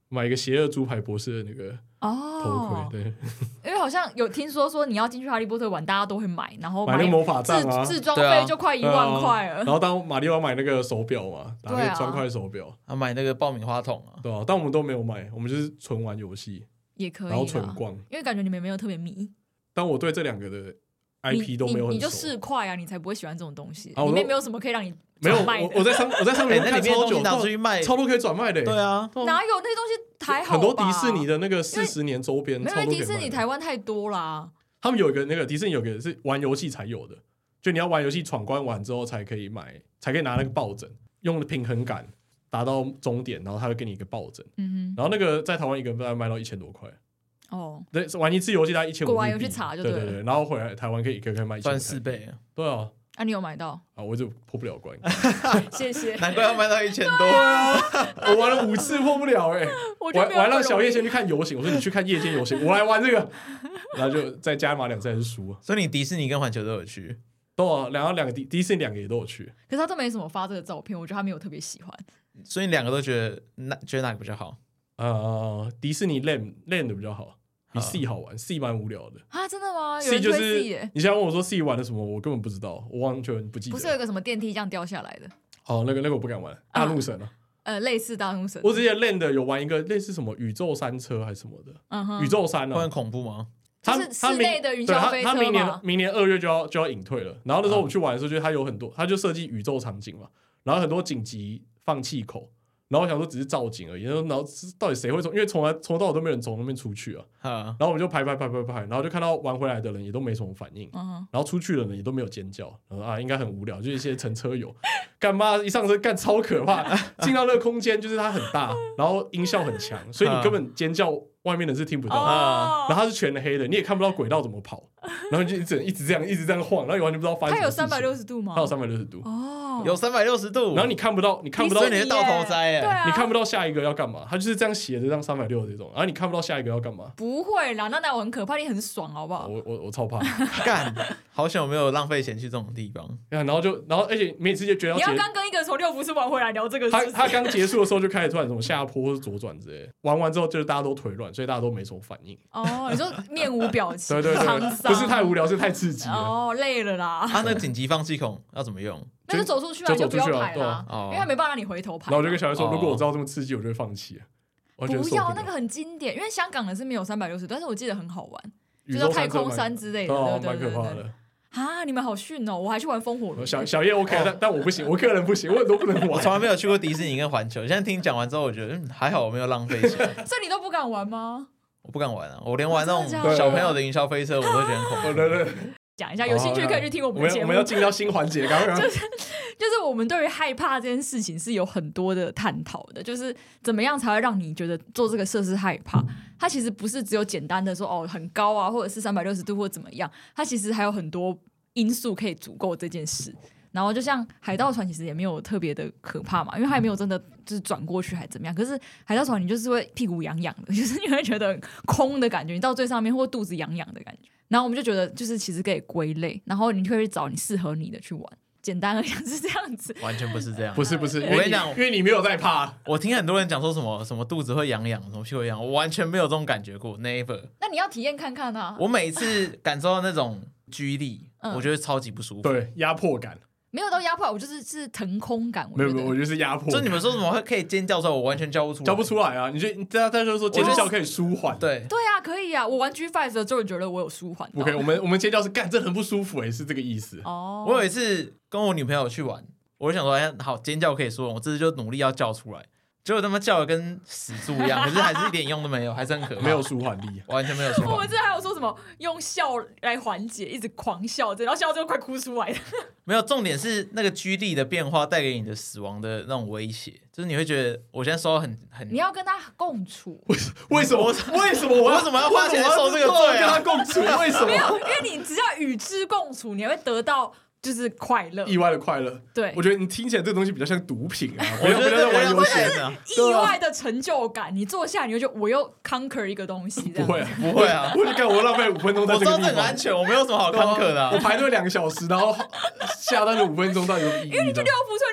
S2: 买一个邪恶猪排博士的那个头盔，哦、对，
S3: 因为好像有听说说你要进去哈利波特玩，大家都会买，然后
S2: 买那个魔法杖啊，
S3: 自装费就快一万块了、啊。
S2: 然后当马里奥买那个手表嘛，打那个砖块手表，
S1: 啊，买那个爆米花桶啊，
S2: 对啊，但我们都没有买，我们就是纯玩游戏，
S3: 也可以，
S2: 然后纯逛，
S3: 因为感觉你们没有特别迷。
S2: 但我对这两个的 I P 都没有很熟，
S3: 你就市侩啊，你才不会喜欢这种东西，啊、里面没有什么可以让你。
S2: 没有，我我在上我在上面看超久，
S1: 拿出去卖，
S2: 超多可以转卖的。
S1: 对啊，
S3: 哪有那些东西还好吧？
S2: 很多迪士尼的那个四十年周边，
S3: 因为迪士尼台湾太多啦。
S2: 他们有一个那个迪士尼有个是玩游戏才有的，就你要玩游戏闯关完之后才可以买，才可以拿那个抱枕，用平衡感达到终点，然后他会给你一个抱枕。嗯哼。然后那个在台湾一个大概卖到一千多块。哦。对，玩一次游戏大概一千五。
S3: 国外有去查就对了。
S2: 对对对，然后回来台湾可以一个可以卖一千。
S1: 翻四倍啊！
S2: 对啊。
S3: 啊，你有买到
S2: 啊？我就破不了关，
S3: 谢谢。
S1: 难怪要卖到一千多
S2: 啊！我玩了五次破不了哎、欸，我我还让小叶先去看游行，我说你去看夜间游行，我来玩这个，然后就再加码两次还是输。
S1: 所以你迪士尼跟环球都有去，
S2: 都有两个两个迪迪士尼两个也都有去，
S3: 可是他都没什么发这个照片，我觉得他没有特别喜欢。
S1: 所以你两个都觉得哪觉得哪个比较好？
S2: 呃，迪士尼 Land Land 的比较好。比 C 好玩 ，C 蛮无聊的
S3: 啊！真的吗？有
S2: 人推 C 耶！你现在问我说 C 玩了什么，我根本不知道，我完全不记得。
S3: 不是有一个什么电梯这样掉下来的？
S2: 哦，那个那个我不敢玩，大怒神啊！
S3: 呃，类似大怒神。
S2: 我之前 Land 有玩一个类似什么宇宙山车还是什么的，嗯哼，宇宙山啊，
S1: 会很恐怖吗？
S3: 它是室内的云霄飞车吗？
S2: 他明年明年二月就要就要隐退了。然后那时候我们去玩的时候，觉得它有很多，它就设计宇宙场景嘛，然后很多紧急放气口。然后我想说只是造景而已，然后到底谁会从？因为从来从头到尾都没有人从那边出去啊。然后我们就排排排排排，然后就看到玩回来的人也都没什么反应，嗯、然后出去的人也都没有尖叫。然后啊，应该很无聊，就是一些乘车友，干嘛一上车干超可怕，进到那个空间就是它很大，然后音效很强，所以你根本尖叫外面的人是听不到的。哦、然后它是全黑的，你也看不到轨道怎么跑，然后就一直一直这样一直这样晃，然后你完全不知道发生什么事情。它有
S3: 三百六十度吗？
S2: 它有三百六十度。
S3: 哦，
S1: 有三百六十度，
S2: 然后你看不到，你看不到，
S1: 你是到头栽哎，
S2: 你看不到下一个要干嘛，它就是这样斜着这样三百六十这种，然后你看不到下一个要干嘛。
S3: 不会啦，那那我很可怕，你很爽好不好？
S2: 我我我超怕，
S1: 干，好险我没有浪费钱去这种地方。
S2: 然后就然后而且每次就觉得
S3: 你要刚跟一个从六福村玩回来聊这个事，
S2: 他他刚结束的时候就开始突然什么下坡或是左转之类的，玩完之后就是大家都腿软，所以大家都没什么反应。
S3: 哦，你说面无表情，
S2: 对对对，不是太无聊，是太刺激了。
S3: 哦，累了啦。
S1: 他那紧急放气孔要怎么用？
S3: 那就走出去啊，就不要排啦，因为他没办法让你回头排。
S2: 然后我就跟小孩说，如果我知道这么刺激，我就会放弃。
S3: 不要，那个很经典，因为香港的是没有三百六十度，但是我记得很好玩，就是太空山之类的，对对对对。啊，你们好逊哦！我还去玩风火轮。
S2: 小小叶 OK，但但我不行，我个人不行，我很多不能玩。
S1: 我从来没有去过迪士尼跟环球，现在听讲完之后，我觉得嗯还好，我没有浪费钱。
S3: 所以你都不敢玩吗？
S1: 我不敢玩啊，我连玩那种小朋友的云霄飞车我都觉得很恐怖。
S2: 对对对。
S3: 讲一下，有兴趣可以去听我们的节目。
S2: 我们要进到新环节，刚刚
S3: 就是就是我们对于害怕这件事情是有很多的探讨的，就是怎么样才会让你觉得做这个设施害怕？它其实不是只有简单的说哦很高啊，或者是三百六十度或怎么样，它其实还有很多因素可以足够这件事。然后就像海盗船其实也没有特别的可怕嘛，因为它也没有真的就是转过去还怎么样。可是海盗船你就是会屁股痒痒的，就是你会觉得空的感觉，你到最上面或肚子痒痒的感觉。然后我们就觉得就是其实可以归类，然后你就会去找你适合你的去玩。简单而言是这样子，
S1: 完全不是这样。
S2: 不是不是，
S1: 我跟你讲，
S2: 因为你没有在怕。
S1: 我听很多人讲说什么什么肚子会痒痒，什么屁股痒，我完全没有这种感觉过 ，never。
S3: 那你要体验看看啊！
S1: 我每次感受到那种居力，嗯、我觉得超级不舒服，
S2: 对，压迫感。
S3: 没有到压迫，我就是是腾空感。
S2: 没有没有，我觉得是压迫。
S1: 就你们说什么会可以尖叫出来，我完全叫不出来，
S2: 叫不出来啊！你觉得大家就说尖叫可以舒缓？
S1: 对
S3: 对啊，可以啊！我玩 G 五 的时候就觉得我有舒缓。
S2: OK， 我们我们尖叫是干，这很不舒服哎、欸，是这个意思。
S3: 哦，
S1: 我有一次跟我女朋友去玩，我就想说，哎，好，尖叫可以舒缓，我这次就努力要叫出来。结果他们叫的跟死猪一样，可是还是一点用都没有，还是很可怕，
S2: 没有舒缓力，
S1: 完全没有舒缓。
S3: 我们这还有说什么用笑来缓解，一直狂笑，然后笑到最后快哭出来了。
S1: 没有，重点是那个居力的变化带给你的死亡的那种威胁，就是你会觉得我现在受到很很，
S3: 你要跟他共处。
S2: 为什么？为什么我
S1: 为什么要花钱受这个罪啊？
S2: 跟他共处？为什么？
S3: 没有，因为你只要与之共处，你会得到。就是快乐，
S2: 意外的快乐。
S3: 对，
S2: 我觉得你听起来这个东西比较像毒品啊，
S1: 我觉得在玩游戏
S3: 啊，意外的成就感。你坐下，你会觉得我又 conquer 一个东西，
S2: 不会啊，
S1: 不会啊。
S2: 我就看我浪费五分钟在这个地方，
S1: 我知道这很安全，我没有什么好 conquer 的、啊。
S2: 我排队两个小时，然后下单了五分钟，到底有意义？
S3: 因为你去六福村，你就会看到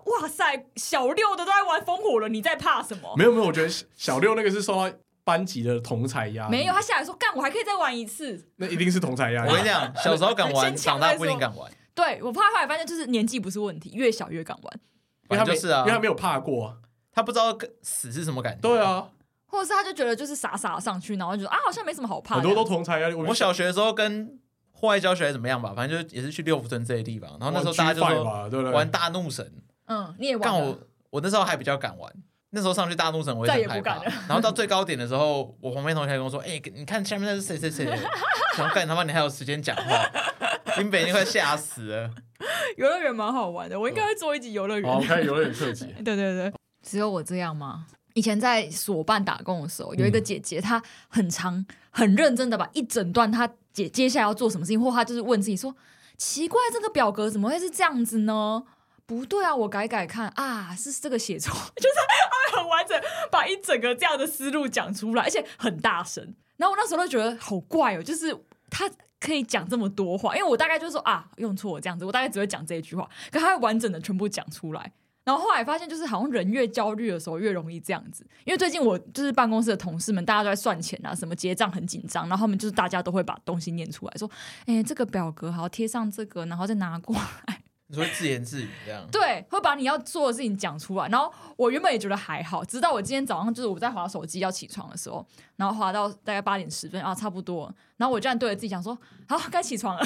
S3: 哇塞，小六的都在玩风火轮，你在怕什么？
S2: 没有没有，我觉得小六那个是受到班级的同侪压力。
S3: 没有，他下来说干，我还可以再玩一次。
S2: 那一定是同侪压力。
S1: 我跟你讲，小时候敢玩，长大不一定敢玩。
S3: 对，我怕后来发现就是年纪不是问题，越小越敢玩。
S2: 因为他
S1: 就是啊，
S2: 因为他没有怕过、啊，
S1: 他不知道死是什么感觉。
S2: 对啊，
S3: 或者是他就觉得就是傻傻上去，然后就觉得啊好像没什么好怕的。
S2: 很多都同侪压力。
S1: 我小学的时候跟户外教学还怎么样吧，反正就也是去六福村这些地方，然后那时候大家就说
S2: 对对
S1: 玩大怒神。
S3: 嗯，你也玩了。
S1: 但我我那时候还比较敢玩，那时候上去大怒神我
S3: 也
S1: 很害怕。然后到最高点的时候，我旁边同学跟我说：“哎、欸，你看下面那是谁谁谁。”然后干他妈你还有时间讲话，林北已经快吓死了。
S3: 游乐园蛮好玩的，我应该会做一集游乐园。
S2: 好，看游乐园特辑。
S3: 对对对，只有我这样吗？以前在所办打工的时候，有一个姐姐，她很常很认真的把一整段她姐接下来要做什么事情，或她就是问自己说：奇怪，这个表格怎么会是这样子呢？不对啊，我改改看啊，是这个写错，就是她会很完整把一整个这样的思路讲出来，而且很大声。然后我那时候就觉得好怪哦，就是她可以讲这么多话，因为我大概就是说啊用错这样子，我大概只会讲这一句话，可她会完整的全部讲出来。然后后来发现，就是好像人越焦虑的时候越容易这样子，因为最近我就是办公室的同事们，大家都在算钱啊，什么结账很紧张，然后他们就是大家都会把东西念出来，说，哎，这个表格好贴上这个，然后再拿过来。
S1: 你说自言自语这样？
S3: 对，会把你要做的事情讲出来。然后我原本也觉得还好，直到我今天早上就是我在滑手机要起床的时候，然后滑到大概八点十分啊，差不多。然后我这样对着自己讲说，好，该起床了。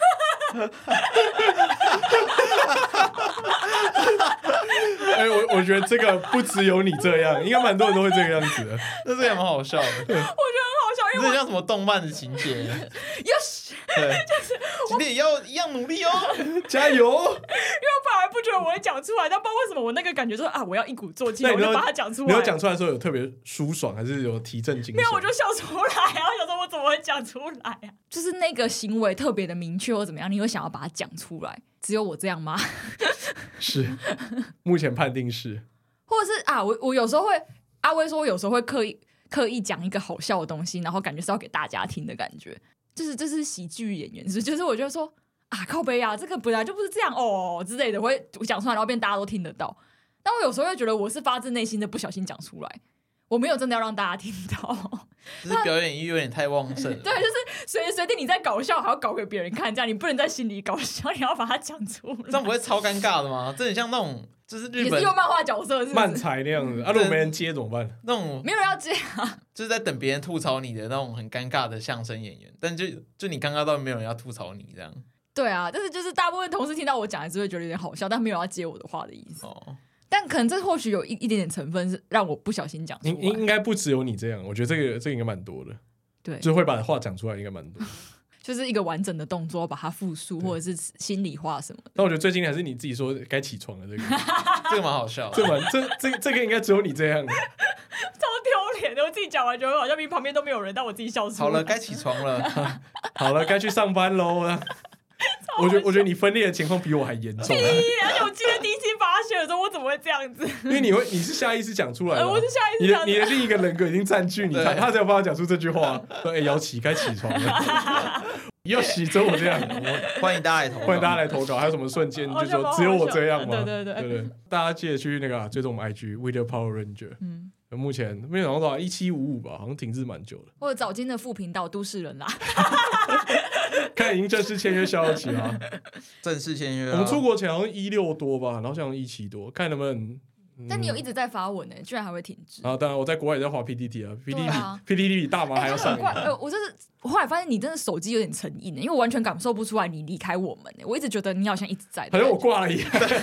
S2: 哎、欸，我我觉得这个不只有你这样，应该蛮多人都会这个样子的。
S1: 那这也蛮好笑的，我觉得很
S3: 好笑，因为
S1: 这像什么动漫的情节。
S3: yes，
S1: 对，就是今天也要一样努力哦，
S2: 加油！因为我
S3: 本来不觉得我会讲出来，但不知道为什么我那个感觉说啊，我要一鼓作气，我就把它讲出来。
S2: 你有讲出来的时候有特别舒爽，还是有提振精神？
S3: 没有，我就笑出来啊！我想说我怎么会讲出来啊？就是那个行为特别的明确或怎么样，你会想要把它讲出来。只有我这样吗？
S2: 是，目前判定是，
S3: 或者是啊，我我有时候会，阿威说我有时候会刻意刻意讲一个好笑的东西，然后感觉是要给大家听的感觉，就是这是喜剧演员，就是我觉得说啊，靠北啊，这个本来就不是这样哦之类的，我会讲出来，然后变大家都听得到。但我有时候会觉得我是发自内心的不小心讲出来，我没有真的要让大家听到。
S1: 就是表演欲有点太旺盛了。
S3: 对，就是随时随地你在搞笑，还要搞给别人看，这样你不能在心里搞笑，你要把它讲出来。
S1: 这样不会超尴尬的吗？这很像那种就是日本
S3: 也是用漫画角色是不是
S2: 漫才那样子，啊，如果没人接怎么办？
S1: 那种
S3: 没有人要接啊，
S1: 就是在等别人吐槽你的那种很尴尬的相声演员，但就就你尴尬到没有人要吐槽你这样。
S3: 对啊，但是就是大部分同事听到我讲还是会觉得有点好笑，但没有要接我的话的意思。
S1: 哦，
S3: 但可能这或许有一一点点成分是让我不小心讲出来。
S2: 应应该不只有你这样，我觉得这个这个应该蛮多的。
S3: 对，
S2: 就会把话讲出来，应该蛮多。
S3: 就是一个完整的动作，把它复述，或者是心里话什么的。
S2: 但我觉得最近还是你自己说该起床了，这个
S1: 这个蛮好笑的，
S2: 这蛮这这这个应该只有你这样的，
S3: 超丢脸的。我自己讲完觉得好像比旁边都没有人，但我自己笑出来。
S1: 好了，该起床了，
S2: 好了，该去上班喽。我觉得我觉得你分裂的情况比我还严重、啊，
S3: 而且我今天第一次发现的时候，我怎么会这样子？
S2: 因为你会你是下意识讲出来的、啊
S3: 呃，我是下意识讲
S2: 你的你的另一个人格已经占据你，他他才有办法讲出这句话。说哎，姚琪该起床了。要洗只有我这样，
S1: 欢迎大家来投稿，
S2: 欢迎大家来投稿。还有什么瞬间就说只有我这样吗？
S3: 对对对
S2: 对对，大家记得去那个、啊、追踪我们 I G Video Power Ranger。嗯。目前没有想到多少一七五五吧，好像停滞蛮久的。
S3: 或者早金的副频道都市人啦，
S2: 看已经正式签约消息了，
S1: 正式签约、啊。
S2: 我们出国前好像一六多吧，然后像一七多，看能不能。嗯、
S3: 但你有一直在发文呢、欸，居然还会停滞。
S2: 啊，当然我在国外也在滑 P T T 啊 ，P T T、啊、P T T 比大麻还要上瘾、
S3: 欸。我就是我后来发现你真的手机有点成瘾、欸，因为我完全感受不出来你离开我们、欸。我一直觉得你好像一直在，
S2: 好像我挂了一样。就是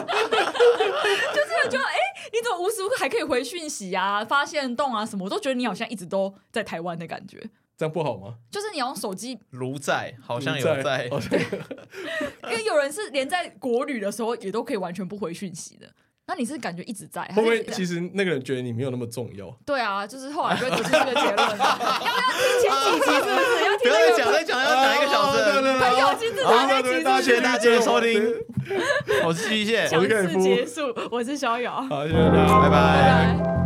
S3: 就哎、欸，你怎么无时无刻还可以回讯息啊、发现动啊什么？我都觉得你好像一直都在台湾的感觉。
S2: 这样不好吗？
S3: 就是你要用手机
S1: 如在，好像有在，
S3: 因为有人是连在国旅的时候也都可以完全不回讯息的。那你是感觉一直在？
S2: 会不会其实那个人觉得你没有那么重要？
S3: 对啊，就是后来就得出这个结论。要不要听前几集？是不是要听、那個？
S1: 不要再讲，再讲要讲一个小时。
S3: 朋友金字塔那集，
S1: 谢谢大家的收听。我是机械，
S3: 强势结束，我是逍遥。
S2: 好，谢谢大家，
S1: 拜拜。